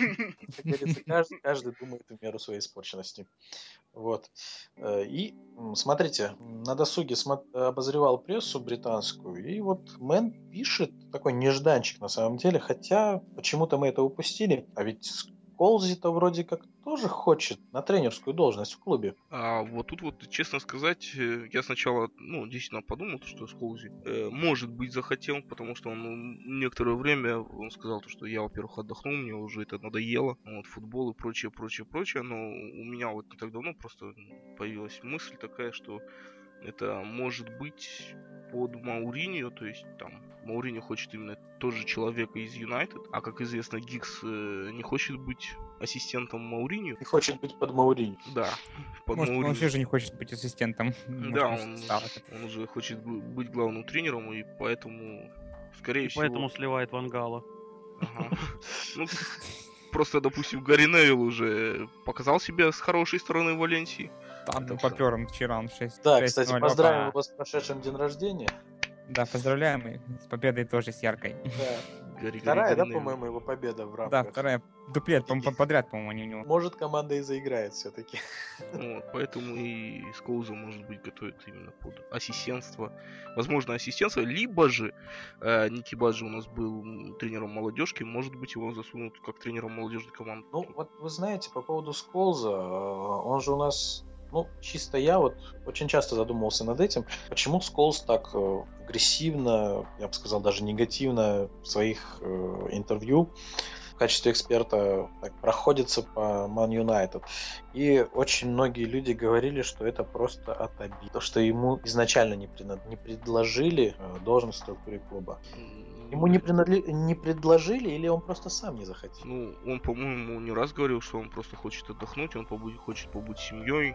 Как говорится, каждый, каждый думает в меру своей испорченности. Вот. Э, И м, смотрите, на досуге смо- обозревал прессу британскую, и вот Мэн пишет такой нежданчик на самом деле, хотя почему-то мы это упустили, а ведь Сколзи-то вроде как тоже хочет на тренерскую должность в клубе. А вот тут вот, честно сказать, э, я сначала, ну, действительно подумал, что Сколзи, э, может быть, захотел, потому что он ну, некоторое время, он сказал, то, что я, во-первых, отдохнул, мне уже это надоело, вот, футбол и прочее, прочее, прочее, но у меня вот не так давно просто появилась мысль такая, что это может быть под Мауриньо, то есть там Мауриньо хочет именно тоже человека из Юнайтед, а как известно, Гиггс э, не хочет быть ассистентом Мауриньо. И хочет быть под Мауриньо. Да, под Может, он Мауриньо. вообще же не хочет быть ассистентом. Может, Да, он он, стал это. он уже хочет бу- быть главным тренером, и поэтому, скорее И всего... поэтому сливает Вангала. Ага. Ну, просто, допустим, Гарри Невилл уже показал себя с хорошей стороны в Валенсии. Там Это попер он вчера, он шесть. Да, шесть кстати, ноль, поздравим опа. его с прошедшим день рождения. Да, поздравляем и с победой тоже с яркой. Да. Гарри, Вторая, Гарри, да, Гарри по-моему, его победа в Да, рамках. вторая дуплет, по-моему, подряд, по-моему, они у него. Может, команда и заиграет все-таки. Невилл. Вот, поэтому и Скоуза, может быть, готовит именно под ассистентство. Возможно, ассистентство, либо же э, Ники Баджи у нас был м, тренером молодежки, может быть, его засунут как тренером молодежной команды. Ну, вот вы знаете, по поводу Сколза, э, он же у нас, ну, чисто я вот очень часто задумывался над этим, почему Сколз так э, агрессивно, я бы сказал, даже негативно в своих э, интервью в качестве эксперта так, проходится по Man United. И очень многие люди говорили, что это просто от обид. То, что ему изначально не, принад... не предложили э, должность в структуре клуба. Ему не, принадли... не предложили или он просто сам не захотел? Ну, он, по-моему, не раз говорил, что он просто хочет отдохнуть, он побудь, хочет побыть с семьей.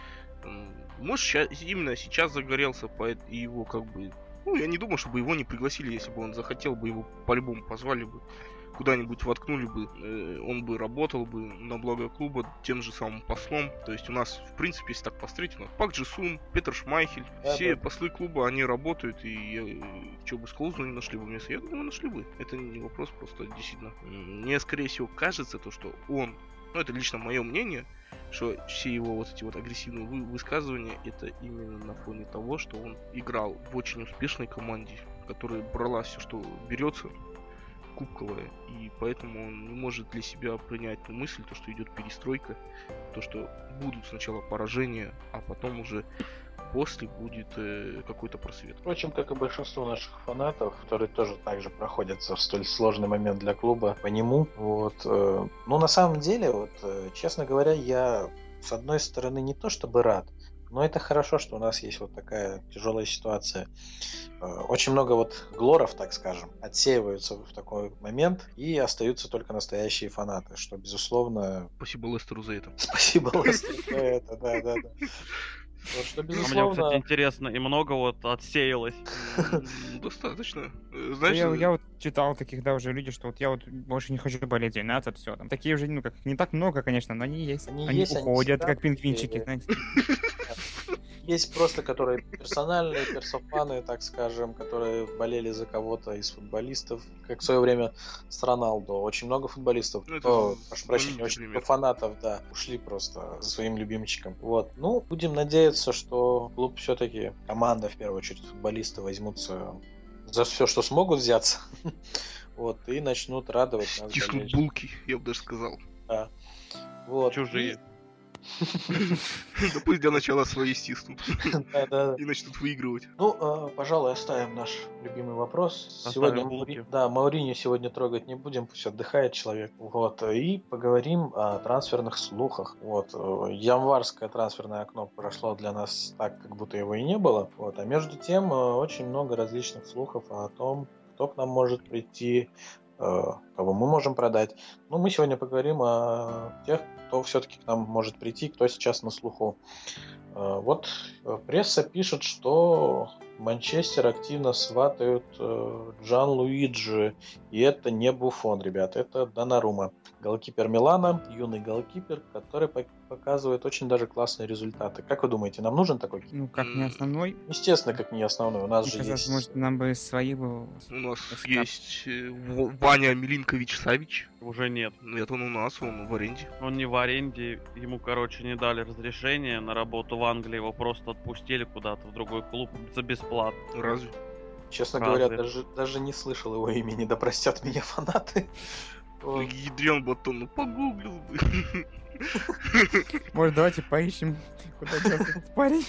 М, Может, ща- именно сейчас загорелся, поэт- и его как бы... Ну, я не думаю, чтобы его не пригласили, если бы он захотел бы, его по-любому позвали бы, куда-нибудь воткнули бы, э, он бы работал бы на благо клуба тем же самым послом. То есть у нас, в принципе, если так посмотреть, у нас Пак Джи Сун, Петр Шмайхель, Да, все да. послы клуба, они работают, и э, что бы Сколзу не нашли бы вместо, я думаю, нашли бы. Это не вопрос, просто действительно. М, Мне, скорее всего, кажется, то, что он, ну, это лично мое мнение, что все его вот эти вот агрессивные вы- высказывания, это именно на фоне того, что он играл в очень успешной команде, которая брала все, что берется, кубковая, и поэтому он не может для себя принять ту мысль, то, что идет перестройка, то, что будут сначала поражения, а потом уже после будет э, какой-то просвет. Впрочем, как и большинство наших фанатов, которые тоже также проходятся в столь сложный момент для клуба по нему. Вот, э, но на самом деле, вот, э, честно говоря, я с одной стороны не то чтобы рад, но это хорошо, что у нас есть вот такая тяжелая ситуация. Э, Очень много вот глоров, так скажем, отсеиваются в такой момент, и остаются только настоящие фанаты, что, безусловно, Спасибо Лестеру за это. спасибо, Лестер, за это, да, да, да. Вот что, А мне, безусловно, кстати, интересно, и много вот отсеялось. М, Достаточно. Э, Да Знаешь, Я, э, я вот читал таких, да, уже люди, что вот я вот больше не хочу болеть за Юнайтед, все там. Такие уже, ну, как, не так много, конечно, но они есть. Они Они, есть, они уходят, всегда как пингвинчики, были. знаете. есть просто, которые персональные, персофаны, так скажем, которые болели за кого-то из футболистов, как в свое время с Роналдо. Очень много футболистов, Ну, это о, з- прошу прощения, знаменитый очень пример. много фанатов, да, ушли просто за своим любимчиком. Вот. Ну, будем надеяться, что клуб все-таки, команда, в первую очередь, футболисты возьмутся за все, что смогут взяться. Вот, и начнут радовать нас. Стиснут болельщиков. булки, я бы даже сказал. Да. Вот. Чужие. Да пусть для начала свои стиснут. И- да, да. И начнут выигрывать. Ну, э, пожалуй, оставим наш любимый вопрос. Оставим Сегодня, булки. Маури- да, Мауриньо сегодня трогать не будем, пусть отдыхает человек. Вот, и поговорим о трансферных слухах. Вот, э, январское трансферное окно прошло для нас так, как будто его и не было. Вот, а между тем, э, очень много различных слухов о том, кто к нам может прийти, э, кого мы можем продать. Ну, мы сегодня поговорим о тех, кто все-таки к нам может прийти, кто сейчас на слуху. Э, Вот э, пресса пишет, что Манчестер активно сватают э, Джан Луиджи, и это не Буфон, ребят, это Донарума, голкипер Милана, юный голкипер, который пок- показывает очень даже классные результаты. Как вы думаете, нам нужен такой? Ну, как не основной. Естественно, как не основной, у нас Мне же казалось, есть... может, нам бы свои бы... У нас Скап. есть э, В- Ваня Милинкович-Савич. Уже нет. Нет, он у нас, он в аренде. Он не в аренде, ему, короче, не дали разрешения на работу в Англии, его просто отпустили куда-то в другой клуб за бесплатно. Разве? Честно Разве? говоря, даже, даже не слышал его имени, да простят меня фанаты. Ну, ядрен батон, ну погуглил бы. Может, давайте поищем, куда делся этот парень.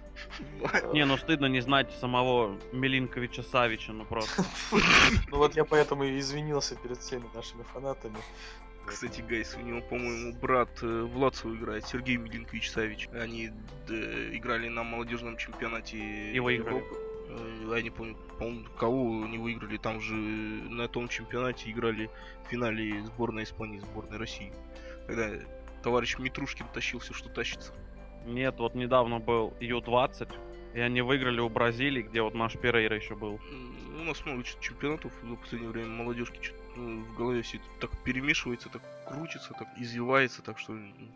Не, ну стыдно не знать самого Милинковича Савича, ну просто. Ну вот я поэтому и извинился перед всеми нашими фанатами. Кстати, гайс, у него, по-моему, брат э, в Лацио играет, Сергей Милинкович Савич. Они д- играли на молодежном чемпионате И выиграли. Европы. Э, Я не помню, по-моему, кого не выиграли. Там же на том чемпионате играли в финале сборная Испании, сборная России. Когда товарищ Митрушкин тащил все, что тащится. Нет, вот недавно был Ю двадцать, и они выиграли у Бразилии, где вот наш Перейра еще был. М, У нас много чё- чемпионатов за последнее время молодежки чё-то, ну, в голове все это так перемешивается, так крутится, так извивается, так что м,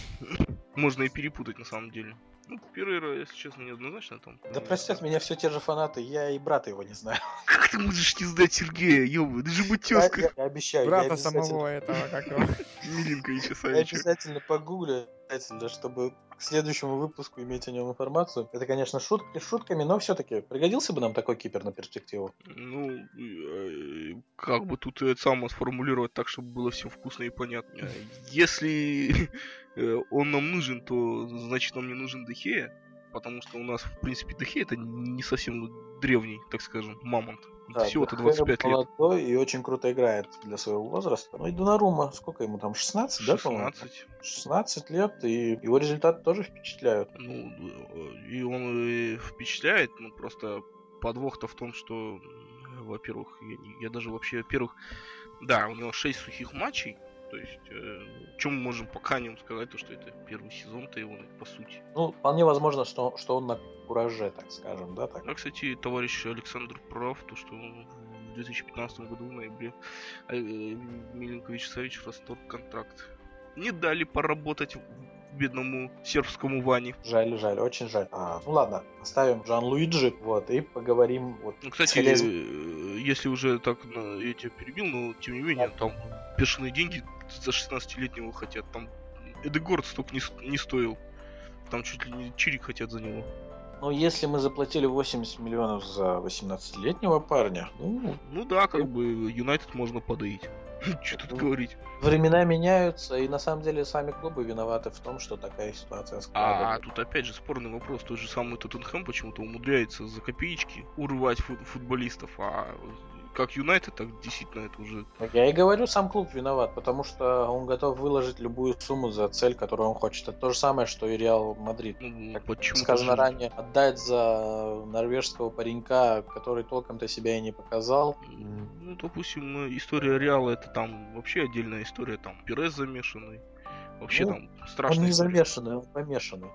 можно и перепутать на самом деле. Ну, Перейра, если честно, неоднозначно там. Да простят меня все те же фанаты, я и брата его не знаю. Как ты можешь не знать Сергея, ёбы, ты же Я, бутёзка. я- я обещаю, я Брата обязательно, самого этого, как его. Миленковича я Савича. обязательно погуглю, обязательно, чтобы к следующему выпуску иметь о нем информацию. Это, конечно, шутки шутками, но все-таки пригодился бы нам такой кипер на перспективу. Ну, э, как бы тут это самое сформулировать так, чтобы было всем вкусно и понятно. Э, Если э, он нам нужен, то значит нам не нужен Дехея, потому что у нас, в принципе, Дехея это не совсем древний, так скажем, мамонт. Да, Всего-то Дехея двадцать пять лет. молодой и очень круто играет для своего возраста. Ну и Донарума, сколько ему там, шестнадцать, да, по-моему? шестнадцать. шестнадцать лет, и его результаты тоже впечатляют. Ну, э, и он и впечатляет, ну, просто подвох-то в том, что, э, во-первых, я, не- я даже вообще, во-первых, да, у него шесть сухих матчей, то есть, э, чем мы можем пока о нем сказать, то, что это первый сезон-то его, по сути. Ну, вполне возможно, что, что он на кураже, так скажем, да, так. А, кстати, товарищ Александр прав, то, что в две тысячи пятнадцатом году в ноябре э, Миленкович Савич расторг контракт. Не дали поработать бедному сербскому Ване. Жаль, жаль, очень жаль. А, ну ладно, оставим Джан Луиджи, вот, и поговорим вот. Ну, кстати, исходя из- э, если уже так, ну, я тебя перебил, но тем не менее, там бешеные деньги за шестнадцатилетнего хотят. Там Эдегорд столько не, с- не стоил. Там чуть ли не чирик хотят за него. Ну, если мы заплатили восемьдесят миллионов за восемнадцатилетнего парня, ну, Ну да, как бы Юнайтед можно подоить. Что тут Ну, говорить. времена меняются, и на самом деле сами клубы виноваты в том, что такая ситуация А складывается. тут опять же спорный вопрос. Тот же самый Тоттенхэм почему-то умудряется за копеечки урвать фут- футболистов, а как Юнайтед, так действительно это уже... Но я и говорю, сам клуб виноват, потому что он готов выложить любую сумму за цель, которую он хочет. Это то же самое, что и Реал Мадрид. Ну, Как почему сказано ранее, отдать за норвежского паренька, который толком-то себя и не показал. Ну, допустим, э, история Реала это там вообще отдельная история, там Перес замешанный. Вообще Ну, там страшная Он не история. замешанный, он помешанный.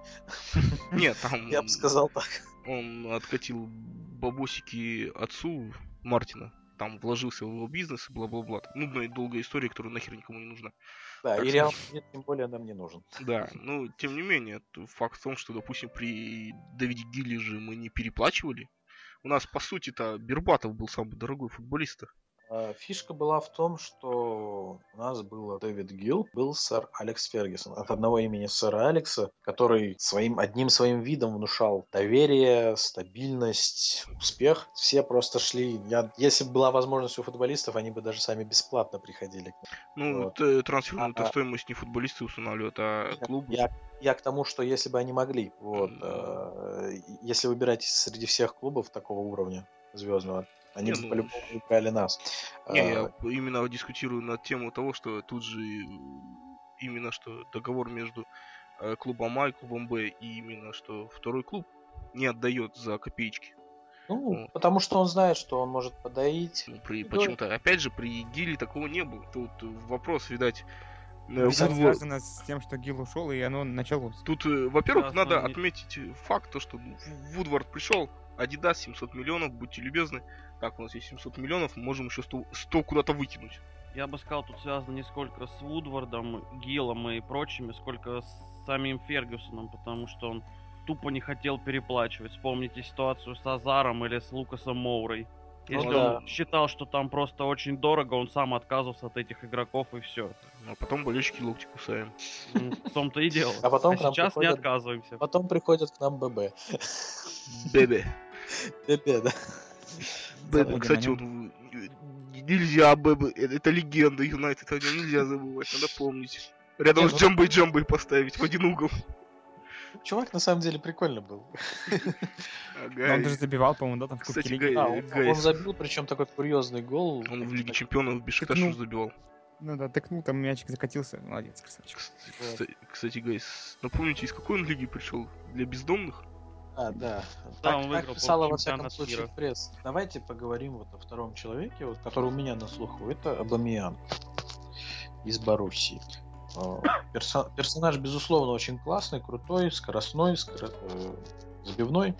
Нет, там Я бы сказал так. он откатил бабосики отцу Мартина. Там вложился в его бизнес и бла-бла-бла. Нудная и долгая история, которая нахер никому не нужна. Да, Так и что- Реал Мадрид тем более нам не нужен. Да, ну, тем не менее, т- факт в том, что, допустим, при Давиде Гилле же мы не переплачивали. У нас, по сути-то, Бербатов был самый дорогой футболист. А, Фишка была в том, что у нас был Дэвид Гилл, был сэр Алекс Фергюсон. От одного имени сэра Алекса, который своим, одним своим видом внушал доверие, стабильность, успех. Все просто шли. Я, если бы была возможность у футболистов, они бы даже сами бесплатно приходили. Ну, Вот. т- трансферную А- стоимость не футболисты устанавливают, а клуб. Я, я к тому, что если бы они могли, вот, М. э, если выбирать среди всех клубов такого уровня звездного, они Не, бы ну, по-любому выбрали нас. Не, А, я именно дискутирую на тему того, что тут же э, именно что договор между э, клубом А и клубом Б, и именно что второй клуб не отдает за копеечки. Ну, Вот. потому что он знает, что он может подоить. Ну, при, Ну, почему-то, опять же, при Гиле такого не было. Тут э, вопрос, видать, э, Это Вудворд- связано с тем, что Гил ушел, и оно началось. Тут, э, во-первых, Связано надо не- отметить э, факт, то, что ну, В- Вудвард пришел, Адидас семьсот миллионов, будьте любезны. Так, у нас есть семьсот миллионов, мы можем еще сто, сто куда-то выкинуть. Я бы сказал, тут связано не сколько с Вудвардом, Гиллом и прочими, сколько с самим Фергюсоном, потому что он тупо не хотел переплачивать. Вспомните ситуацию с Азаром или с Лукасом Моурой. Если Ну да. он считал, что там просто очень дорого, он сам отказывался от этих игроков и все. А потом болельщики локти кусаем. В том-то и дело. А потом к нам сейчас не приходят- отказываемся. Потом приходят к нам ББ. Бебе. ББ, да. Бебе, Забудем кстати, о он... э, Нельзя, Бебе. Это, это легенда Юнайтед, о нем нельзя забывать, надо помнить. Рядом Не, с ну- Джамбой Джамбой поставить в один угол. Чувак на самом деле прикольно был. Ага. Но он даже забивал, по-моему, да, там в Кубке Кстати, Лиги. Гай- А, он, Гайс. он забил, причем такой курьезный гол. Он в Лиге Чемпионов Бешикташу Ну, забивал. Ну да, тыкнул, там мячик закатился. Молодец, красавчик. Кстати, кстати, Гайс, напомните, из какой он лиги пришел? Для бездомных? А, да. Да, Так, он так выиграл, писала по-моему, во всяком чемпионат случае мира. пресс. Давайте поговорим вот о втором человеке, вот, который у меня на слуху. Это Абамиян из Боруссии. Э, перso- Персонаж, безусловно, очень классный, крутой, скоростной, скоро- э, забивной.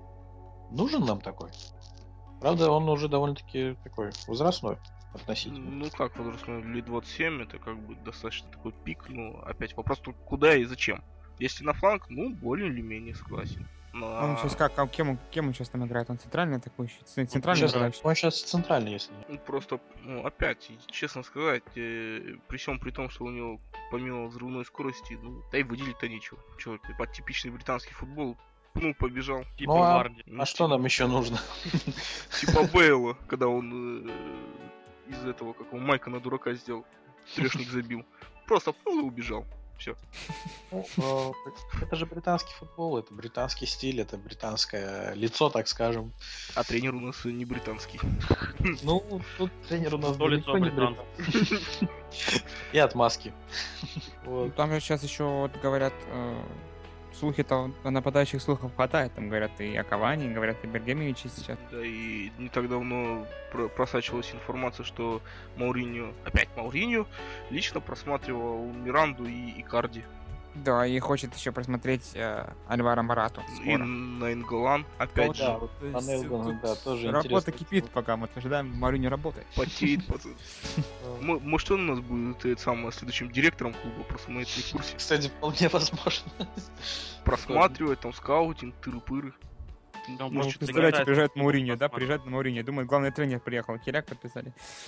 Нужен нам такой? Правда, он уже довольно-таки такой возрастной относительно. Ну как, возрастной лет двадцать семь, это как бы достаточно такой пик, но опять вопрос, тут куда и зачем? Если на фланг, ну, более или менее согласен. Но... Он сейчас как, а кем, он- кем он сейчас там играет? Он центральный атакующий? Ц- Центральный Сейчас- нападающий? он сейчас центральный, если не. Ну, просто, ну, опять, и, честно сказать, э, при всем при том, что у него помимо взрывной скорости, ну, да и выделить-то нечего. Чё, под типичный британский футбол, пнул, побежал. Типа Ну, а- Варди. Ну, А что нам еще нужно? Типа Бейла, когда он э, из этого, как он Майка на дурака сделал, трешник забил. Просто пнул и убежал. Все. Ну, э, это же британский футбол, это британский стиль, это британское лицо, так скажем. А тренер у нас не британский. Ну, тут тренер у нас То далеко лицо не британское. британский. И отмазки. Ну, Вот. там же сейчас еще вот говорят, э, слухи-то о нападающих слухов хватает. Там говорят и о Кавани, говорят и Бергемевиче сейчас. Да, и не так давно про- просачивалась информация, что Мауриньо, опять Мауриньо, лично просматривал Миранду и Икарди. Да, и хочет еще просмотреть э, Альваро Марату И скоро. на Инголан, опять Вот, же, Да, вот То по есть, Нейлгану, тут да, тоже Работа интересно. кипит, пока мы ожидаем, Марю работает. потеет. пацан. Э, М- Может, он у нас будет э, самым следующим директором клуба, просто мы это не в курсе. Кстати, вполне возможно. Просматривать, там, скаутинг, тыры-пыры. Там Ну, может, представляете, летает, приезжает чтобы Мауриньо, да, посмотреть. приезжает на Мауриньо. Думает, главный тренер приехал, Киряк подписали.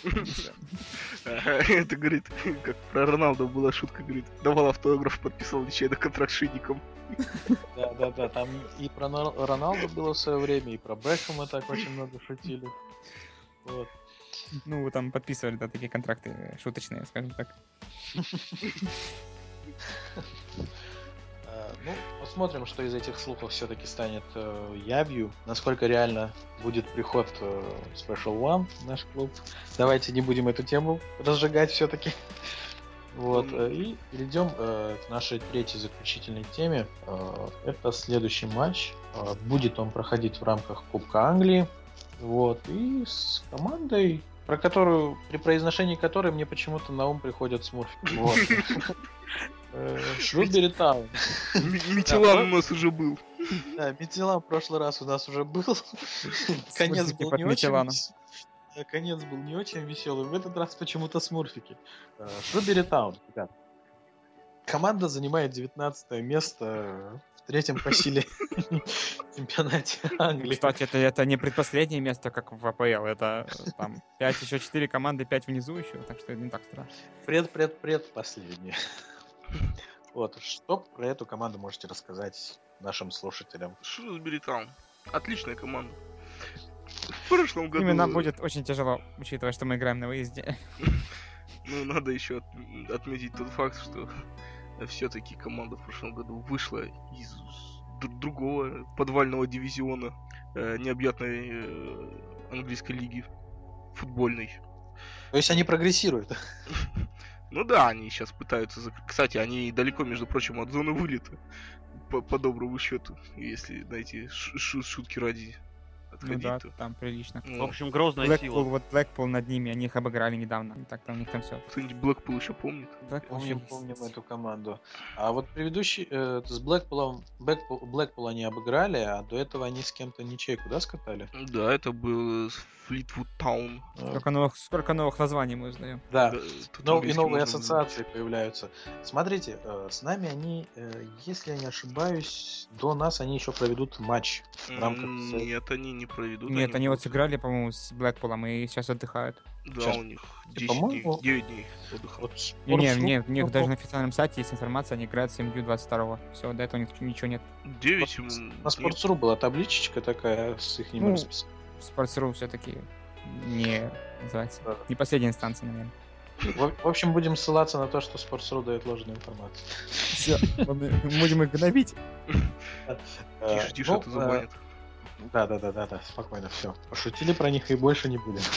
Это, говорит, как про Роналду была шутка, говорит, давал автограф, подписал нечаянно контракт с Шинником. Да, да, да, там и про Нор- Роналду было в свое время, и про Бекхэма так очень много шутили. Вот. Ну, вы там подписывали, да, такие контракты э, шуточные, скажем так. Э, Ну, посмотрим, что из этих слухов все-таки станет э, явью. Насколько реально будет приход э, Special One в наш клуб. Давайте не будем эту тему разжигать все-таки. Вот. э, И перейдем э, к нашей третьей заключительной теме. Э, Это следующий матч. Э, Будет он проходить в рамках Кубка Англии. Вот. И с командой, про которую, при произношении которой мне почему-то на ум приходят смурфики. Вот. Э, Шрубери Таун. М- Митилан у нас уже был. Да, Митилан в прошлый раз у нас уже был. Конец Смурфики был под не очень. Митиланом. вес- э, Конец был не очень веселый. В этот раз почему-то смурфики. Э, Шрубери Таун, ребят. Команда занимает девятнадцатое место в третьем по силе чемпионате Англии. Кстати, это, это не предпоследнее место, как в АПЛ. Это э, там пять, еще четыре команды, пять внизу еще, так что это не так страшно. Пред-пред-пред последнее. Вот, что про эту команду можете рассказать нашим слушателям? Шрусбери Таун. Отличная команда. В прошлом году... Именно будет очень тяжело, учитывая, что мы играем на выезде. Ну, надо еще от- отметить тот факт, что все-таки команда в прошлом году вышла из д- другого подвального дивизиона э, необъятной э, английской лиги футбольной. То есть они прогрессируют. Ну да, они сейчас пытаются... зак- Кстати, они далеко, между прочим, от зоны вылета. По, по доброму счету, если, знаете, ш- шу- шутки ради. Ну да, отходить-то. там прилично. В Ну, общем, грозная Блэкпул, сила. вот Блэкпул над ними, они их обыграли недавно. И так-то у них там все. кто-нибудь Блэкпул еще помнит? Помним, помним эту команду. А вот предыдущий э, с Блэкпулом Блэкпул, Блэкпул они обыграли, а до этого они с кем-то ничейку, да, скатали? Да, это был Флитвуд Таун. Э, Сколько новых, сколько новых названий мы узнаем. Да, Да, тут Но- и английский новые можно ассоциации появляются. Смотрите, э, с нами они, э, если я не ошибаюсь, до нас они еще проведут матч в рамках... М, своей- Нет, они не проведут. Нет, они вот будут- сыграли, по-моему, с Блэкпулом и сейчас отдыхают. Да, Сейчас. у них И, десять по-моему, дней, девять дней отдыха. Вот Не, не, Спортсру- не, у них ну, даже на официальном сайте есть информация, они играют с эм ю двадцать второго. Все, до этого у них ничего нет. девять Вот м, На дней. Sports.ru была табличечка такая с их Ну, расписанием. Sports.ru все-таки не называется. Да. Не последняя инстанция, наверное. В, в общем, будем ссылаться на то, что Sports.ru дает ложную информацию. Все, будем их гнобить. Э, Тише, тише, ну, а то забанят. Да, да, да, да, да, спокойно, все. Пошутили про них и больше не будем.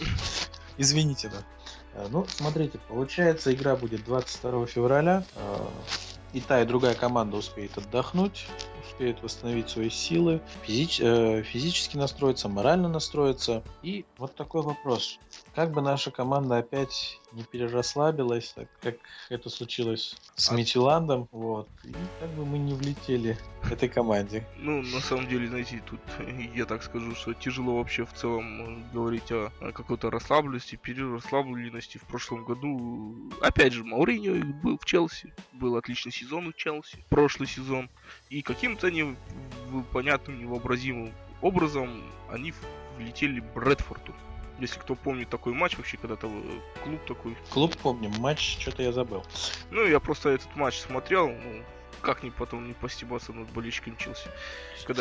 Извините, да. Э, Ну, смотрите, получается, игра будет двадцать второго февраля. Э, И та, и другая команда успеет отдохнуть, успеет восстановить свои силы, физич- э, физически настроиться, морально настроиться. И вот такой вопрос. Как бы наша команда опять не перерасслабилась, так как это случилось с А- Митиландом, вот, и как бы мы не влетели этой команде. Ну, на самом деле, знаете, тут я так скажу, что тяжело вообще в целом э, говорить о, о какой-то расслабленности, перерасслабленности в прошлом году. Опять же, Мауриньо был в Челси, был отличный сезон у Челси, прошлый сезон, и каким-то непонятным, невообразимым образом они влетели Брэдфорду. Если кто помнит такой матч, вообще когда-то э, клуб такой. Клуб помним, матч что-то я забыл. Ну, я просто этот матч смотрел, ну, как не потом не постебаться над болельщиками Челси. Когда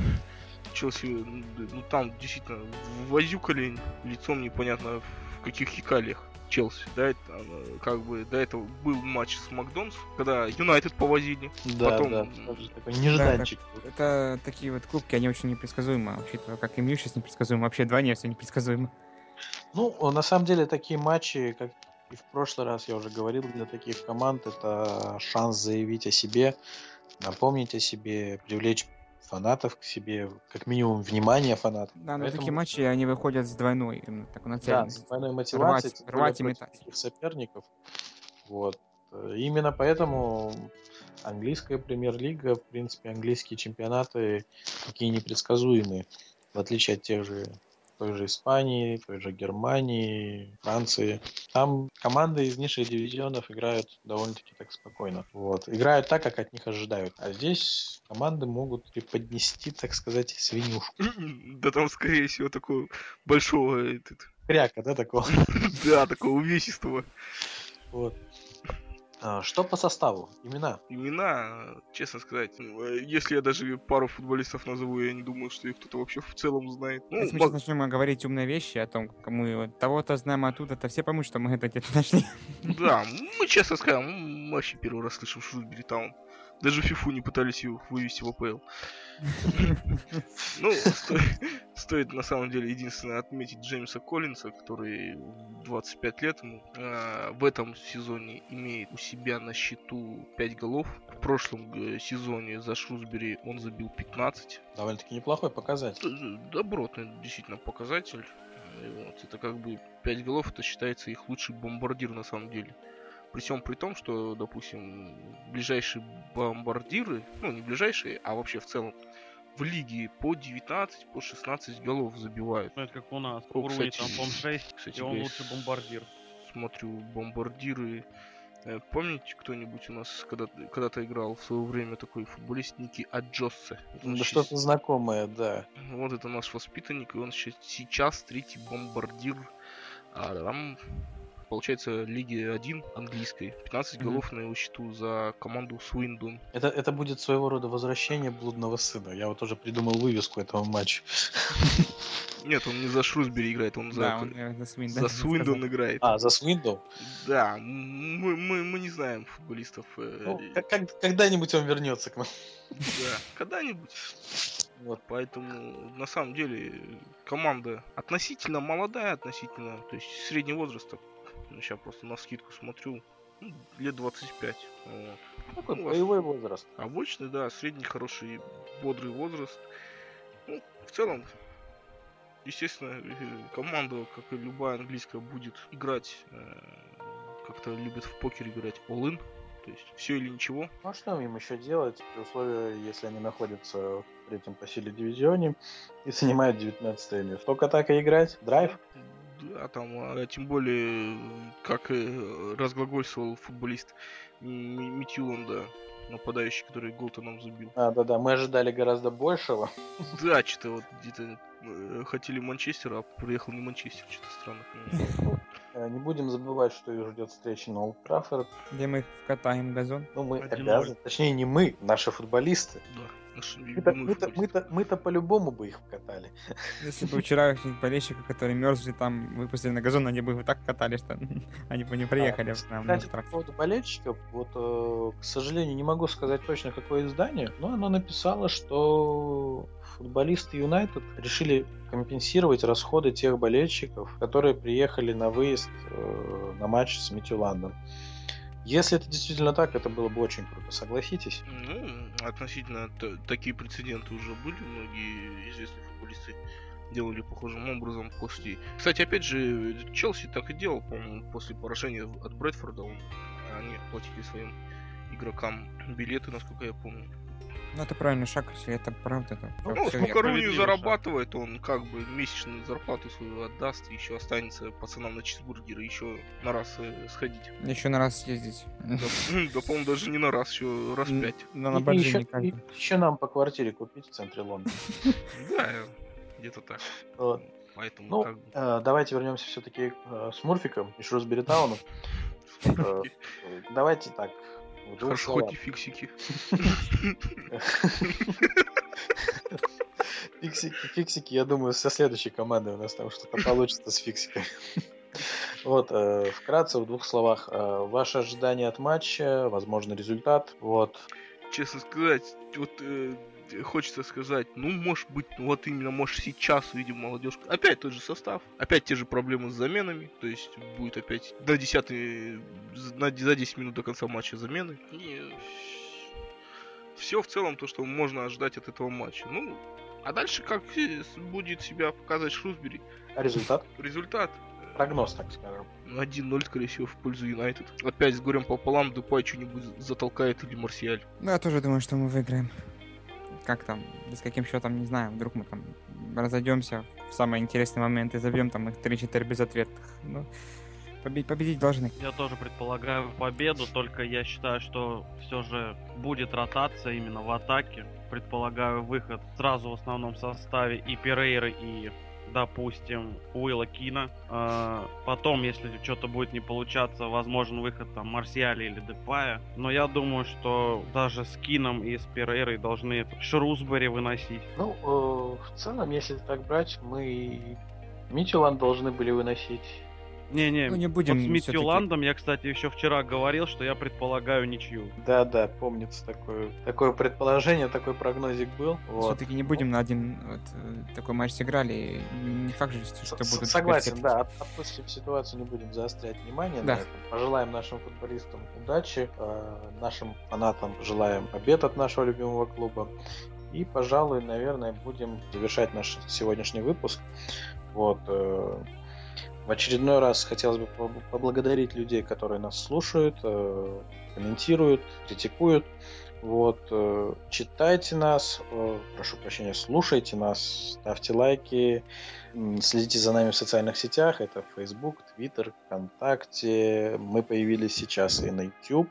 Челси, ну, там действительно возюкали лицом непонятно в каких хикалиях Челси. Да, это, э, как бы до этого был матч с Макдонс, когда Юнайтед повозили. Да, Потом- да, тоже такой нежданчик. Это такие вот кубки, они очень непредсказуемы, учитывая, как и МЮ сейчас непредсказуемо. Вообще вдвойне все непредсказуемо. Ну, на самом деле, такие матчи, как и в прошлый раз я уже говорил, для таких команд это шанс заявить о себе, напомнить о себе, привлечь фанатов к себе, как минимум внимание фанатов. Да, но Поэтому- такие матчи, они выходят с двойной именно такой Да, с нацеленностью. двойной мотивацией, Рвать- тем более рвать и против метать. таких соперников. Вот. Э, Именно поэтому английская премьер-лига, в принципе, английские чемпионаты такие непредсказуемые, в отличие от тех же той же Испании, той же Германии, Франции. Там команды из низших дивизионов играют довольно-таки так спокойно. Вот. Играют так, как от них ожидают. А здесь команды могут преподнести, так сказать, свинюшку. Да там, скорее всего, такого большого, этот, Кряка, да, такого? да, такого увесистого. Вот. А, Что по составу? Имена. Имена, честно сказать, ну, э, если я даже пару футболистов назову, я не думаю, что их кто-то вообще в целом знает. Ну, Если мы мо- сейчас начнем говорить умные вещи о том, как мы вот того-то знаем, а тут это все поймут, что мы это где-то нашли. да, мы честно скажем, мы вообще первый раз слышим Шрусбери Таун. Даже фифу не пытались его вывести в АПЛ. Ну, сто- стоит на самом деле единственное отметить Джеймса Коллинса, который двадцать пять лет ему, а, в этом сезоне имеет у себя на счету пять голов. В прошлом э, сезоне за Шрусбери он забил пятнадцать. Довольно-таки неплохой показатель. Д- Добротный действительно показатель. И вот, это как бы пять голов, это считается их лучший бомбардир на самом деле. При всем при том, что, допустим, ближайшие бомбардиры, ну не ближайшие, а вообще в целом, в лиге по девятнадцать, по шестнадцать голов забивают. Ну, это как у нас. О, Уровень кстати, там, по-моему, шесть, кстати, и он guys, лучший бомбардир. Смотрю, бомбардиры. Э, Помните, кто-нибудь у нас когда- когда-то играл в свое время такой футболист Ники Аджоссе? Да что-то знакомое, да. Вот это наш воспитанник, и он ща- сейчас третий бомбардир. А там, получается, Лиги один английской. пятнадцать Мгм. голов на его счету за команду Свиндон. Это, это будет своего рода возвращение блудного сына. Я вот уже придумал вывеску этого матча. Нет, он не за Шрусбери играет, он за, Да, он наверное, за Свин. за Свиндон играет. А, за Свиндоу? Да, мы, мы, мы не знаем футболистов. э, Ну, как- как- когда-нибудь он вернется к нам. Да, когда-нибудь. Вот. Поэтому, на самом деле, команда относительно молодая, относительно, то есть средний возраст, сейчас просто на скидку смотрю, ну, лет двадцать пять. Вот. Такой Ну, боевой возраст. Обычный, да, средний, хороший, бодрый возраст. Ну, в целом, естественно, э, команда, как и любая английская, будет играть, э, как-то любят в покер играть all-in, то есть все или ничего. Ну а что им еще делать, при условии, если они находятся в третьем по силе дивизионе и занимают девятнадцатое место? Только так и играть? Драйв? Да, там, а тем более, как э, разглагольствовал футболист М- Митьюланда, нападающий, который гол-то нам забил. А, да-да, мы ожидали гораздо большего. Да, что-то вот где-то э, хотели Манчестер, а приехал не Манчестер, что-то странно. Э, Не будем забывать, что их ждет встреча на Олд Траффорд. Где мы их вкатаем в газон. Ну, мы один обязаны, точнее, не мы, наши футболисты. Да, наши Мы-то, любимые мы-то, футболисты. мы-то, мы-то по-любому бы их вкатали. Если бы вчерашних болельщиков, которые мерзли там, выпустили на газон, они бы их так катали, что они бы не приехали к нам на Кстати, по штраф. поводу болельщиков, вот, э, к сожалению, не могу сказать точно, какое издание, но оно написало, что футболисты Юнайтед решили компенсировать расходы тех болельщиков, которые приехали на выезд э, на матч с Митюландом. Если это действительно так, это было бы очень круто, согласитесь? Ну, относительно т- такие прецеденты уже были, многие известные футболисты делали похожим образом после... Кстати, опять же, Челси так и делал, по-моему, после поражения от Брэдфорда. Он... Они платили своим игрокам билеты, насколько я помню. Ну, это правильный шаг, если это правда, то Ну, всё с верно. Макаронию Справедливый зарабатывает, он как бы месячную зарплату свою отдаст, и еще останется пацанам на чизбургеры еще на раз э, сходить. Еще на раз съездить. Да, м, да, по-моему, даже не на раз, еще раз М, пять. На И- и Ламборджини еще, каждый. и еще нам по квартире купить в центре Лондона. Да, где-то так. Вот. Поэтому Ну, как бы... э, давайте вернемся все-таки к Смурфикам и Шрусбери-Тауну. Э, Давайте так. в двух словах. Расходи фиксики. Фиксики, фиксики, я думаю, со следующей командой у нас там что-то получится с фиксиками. Вот, э, вкратце, в двух словах, э, ваши ожидания от матча, возможно, результат, вот. Честно сказать, вот э, хочется сказать, ну, может быть, ну, вот именно, может, сейчас увидим молодежь. Опять тот же состав, опять те же проблемы с заменами, то есть будет опять до десятой, на, за десять минут до конца матча замены. И все в целом то, что можно ожидать от этого матча. Ну, а дальше как э, будет себя показывать Шрусбери? А результат? Результат Прогноз, так скажем. один ноль, скорее всего, в пользу Юнайтед. Опять с горем пополам Депай что-нибудь затолкает или Марсиаль. Ну, я тоже думаю, что мы выиграем. Как там, да с каким счетом, не знаю. Вдруг мы там разойдемся в самый интересный момент и забьем там их три-четыре безответных. Ну, победить, победить должны. Я тоже предполагаю победу, только я считаю, что все же будет ротация именно в атаке. Предполагаю выход сразу в основном составе и Перейры, и, допустим, Уилла Кина. А, потом, если что-то будет не получаться, возможен выход там Марсиаля или Депая. Но я думаю, что даже с Кином и с Перейрой должны Шрусбери выносить. Ну, э, в целом, если так брать, мы Митчелланд должны были выносить. Не-не, Ну, не будем вот с всё-таки. Митюландом я, кстати, еще вчера говорил, что я предполагаю ничью. Да-да, помнится такое, такое предположение, такой прогнозик был. Вот. Все-таки не будем на один вот, э, такой матч сыграли. и Не факт же, что С- будут Согласен, теперь да, от- отпустим ситуацию, не будем заострять внимание Да. на этом. Пожелаем нашим футболистам удачи, э, нашим фанатам желаем побед от нашего любимого клуба. И, пожалуй, наверное, будем завершать наш сегодняшний выпуск. Вот. э, В очередной раз хотелось бы поб- поблагодарить людей, которые нас слушают, э, комментируют, критикуют. Вот, э, читайте нас, э, прошу прощения, слушайте нас, ставьте лайки, м, следите за нами в социальных сетях. Это Facebook, Twitter, ВКонтакте. Мы появились сейчас и на YouTube.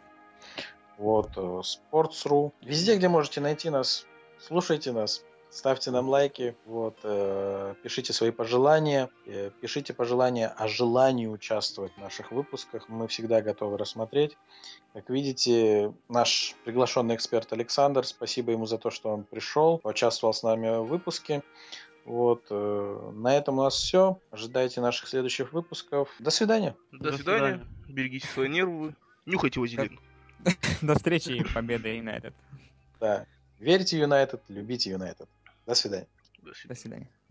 Вот, э, Sports точка ру. Везде, где можете найти нас, слушайте нас. Ставьте нам лайки, вот, э, пишите свои пожелания, э, пишите пожелания о желании участвовать в наших выпусках. Мы всегда готовы рассмотреть. Как видите, наш приглашенный эксперт Александр, спасибо ему за то, что он пришел, поучаствовал с нами в выпуске. Вот, э, на этом у нас все. Ожидайте наших следующих выпусков. До свидания. До, До свидания. свидания. Берегите свои нервы. Нюхайте вазелин. До встречи и победы Юнайтед. Да. Верьте в Юнайтед, любите Юнайтед. До свидания. До свидания. До свидания.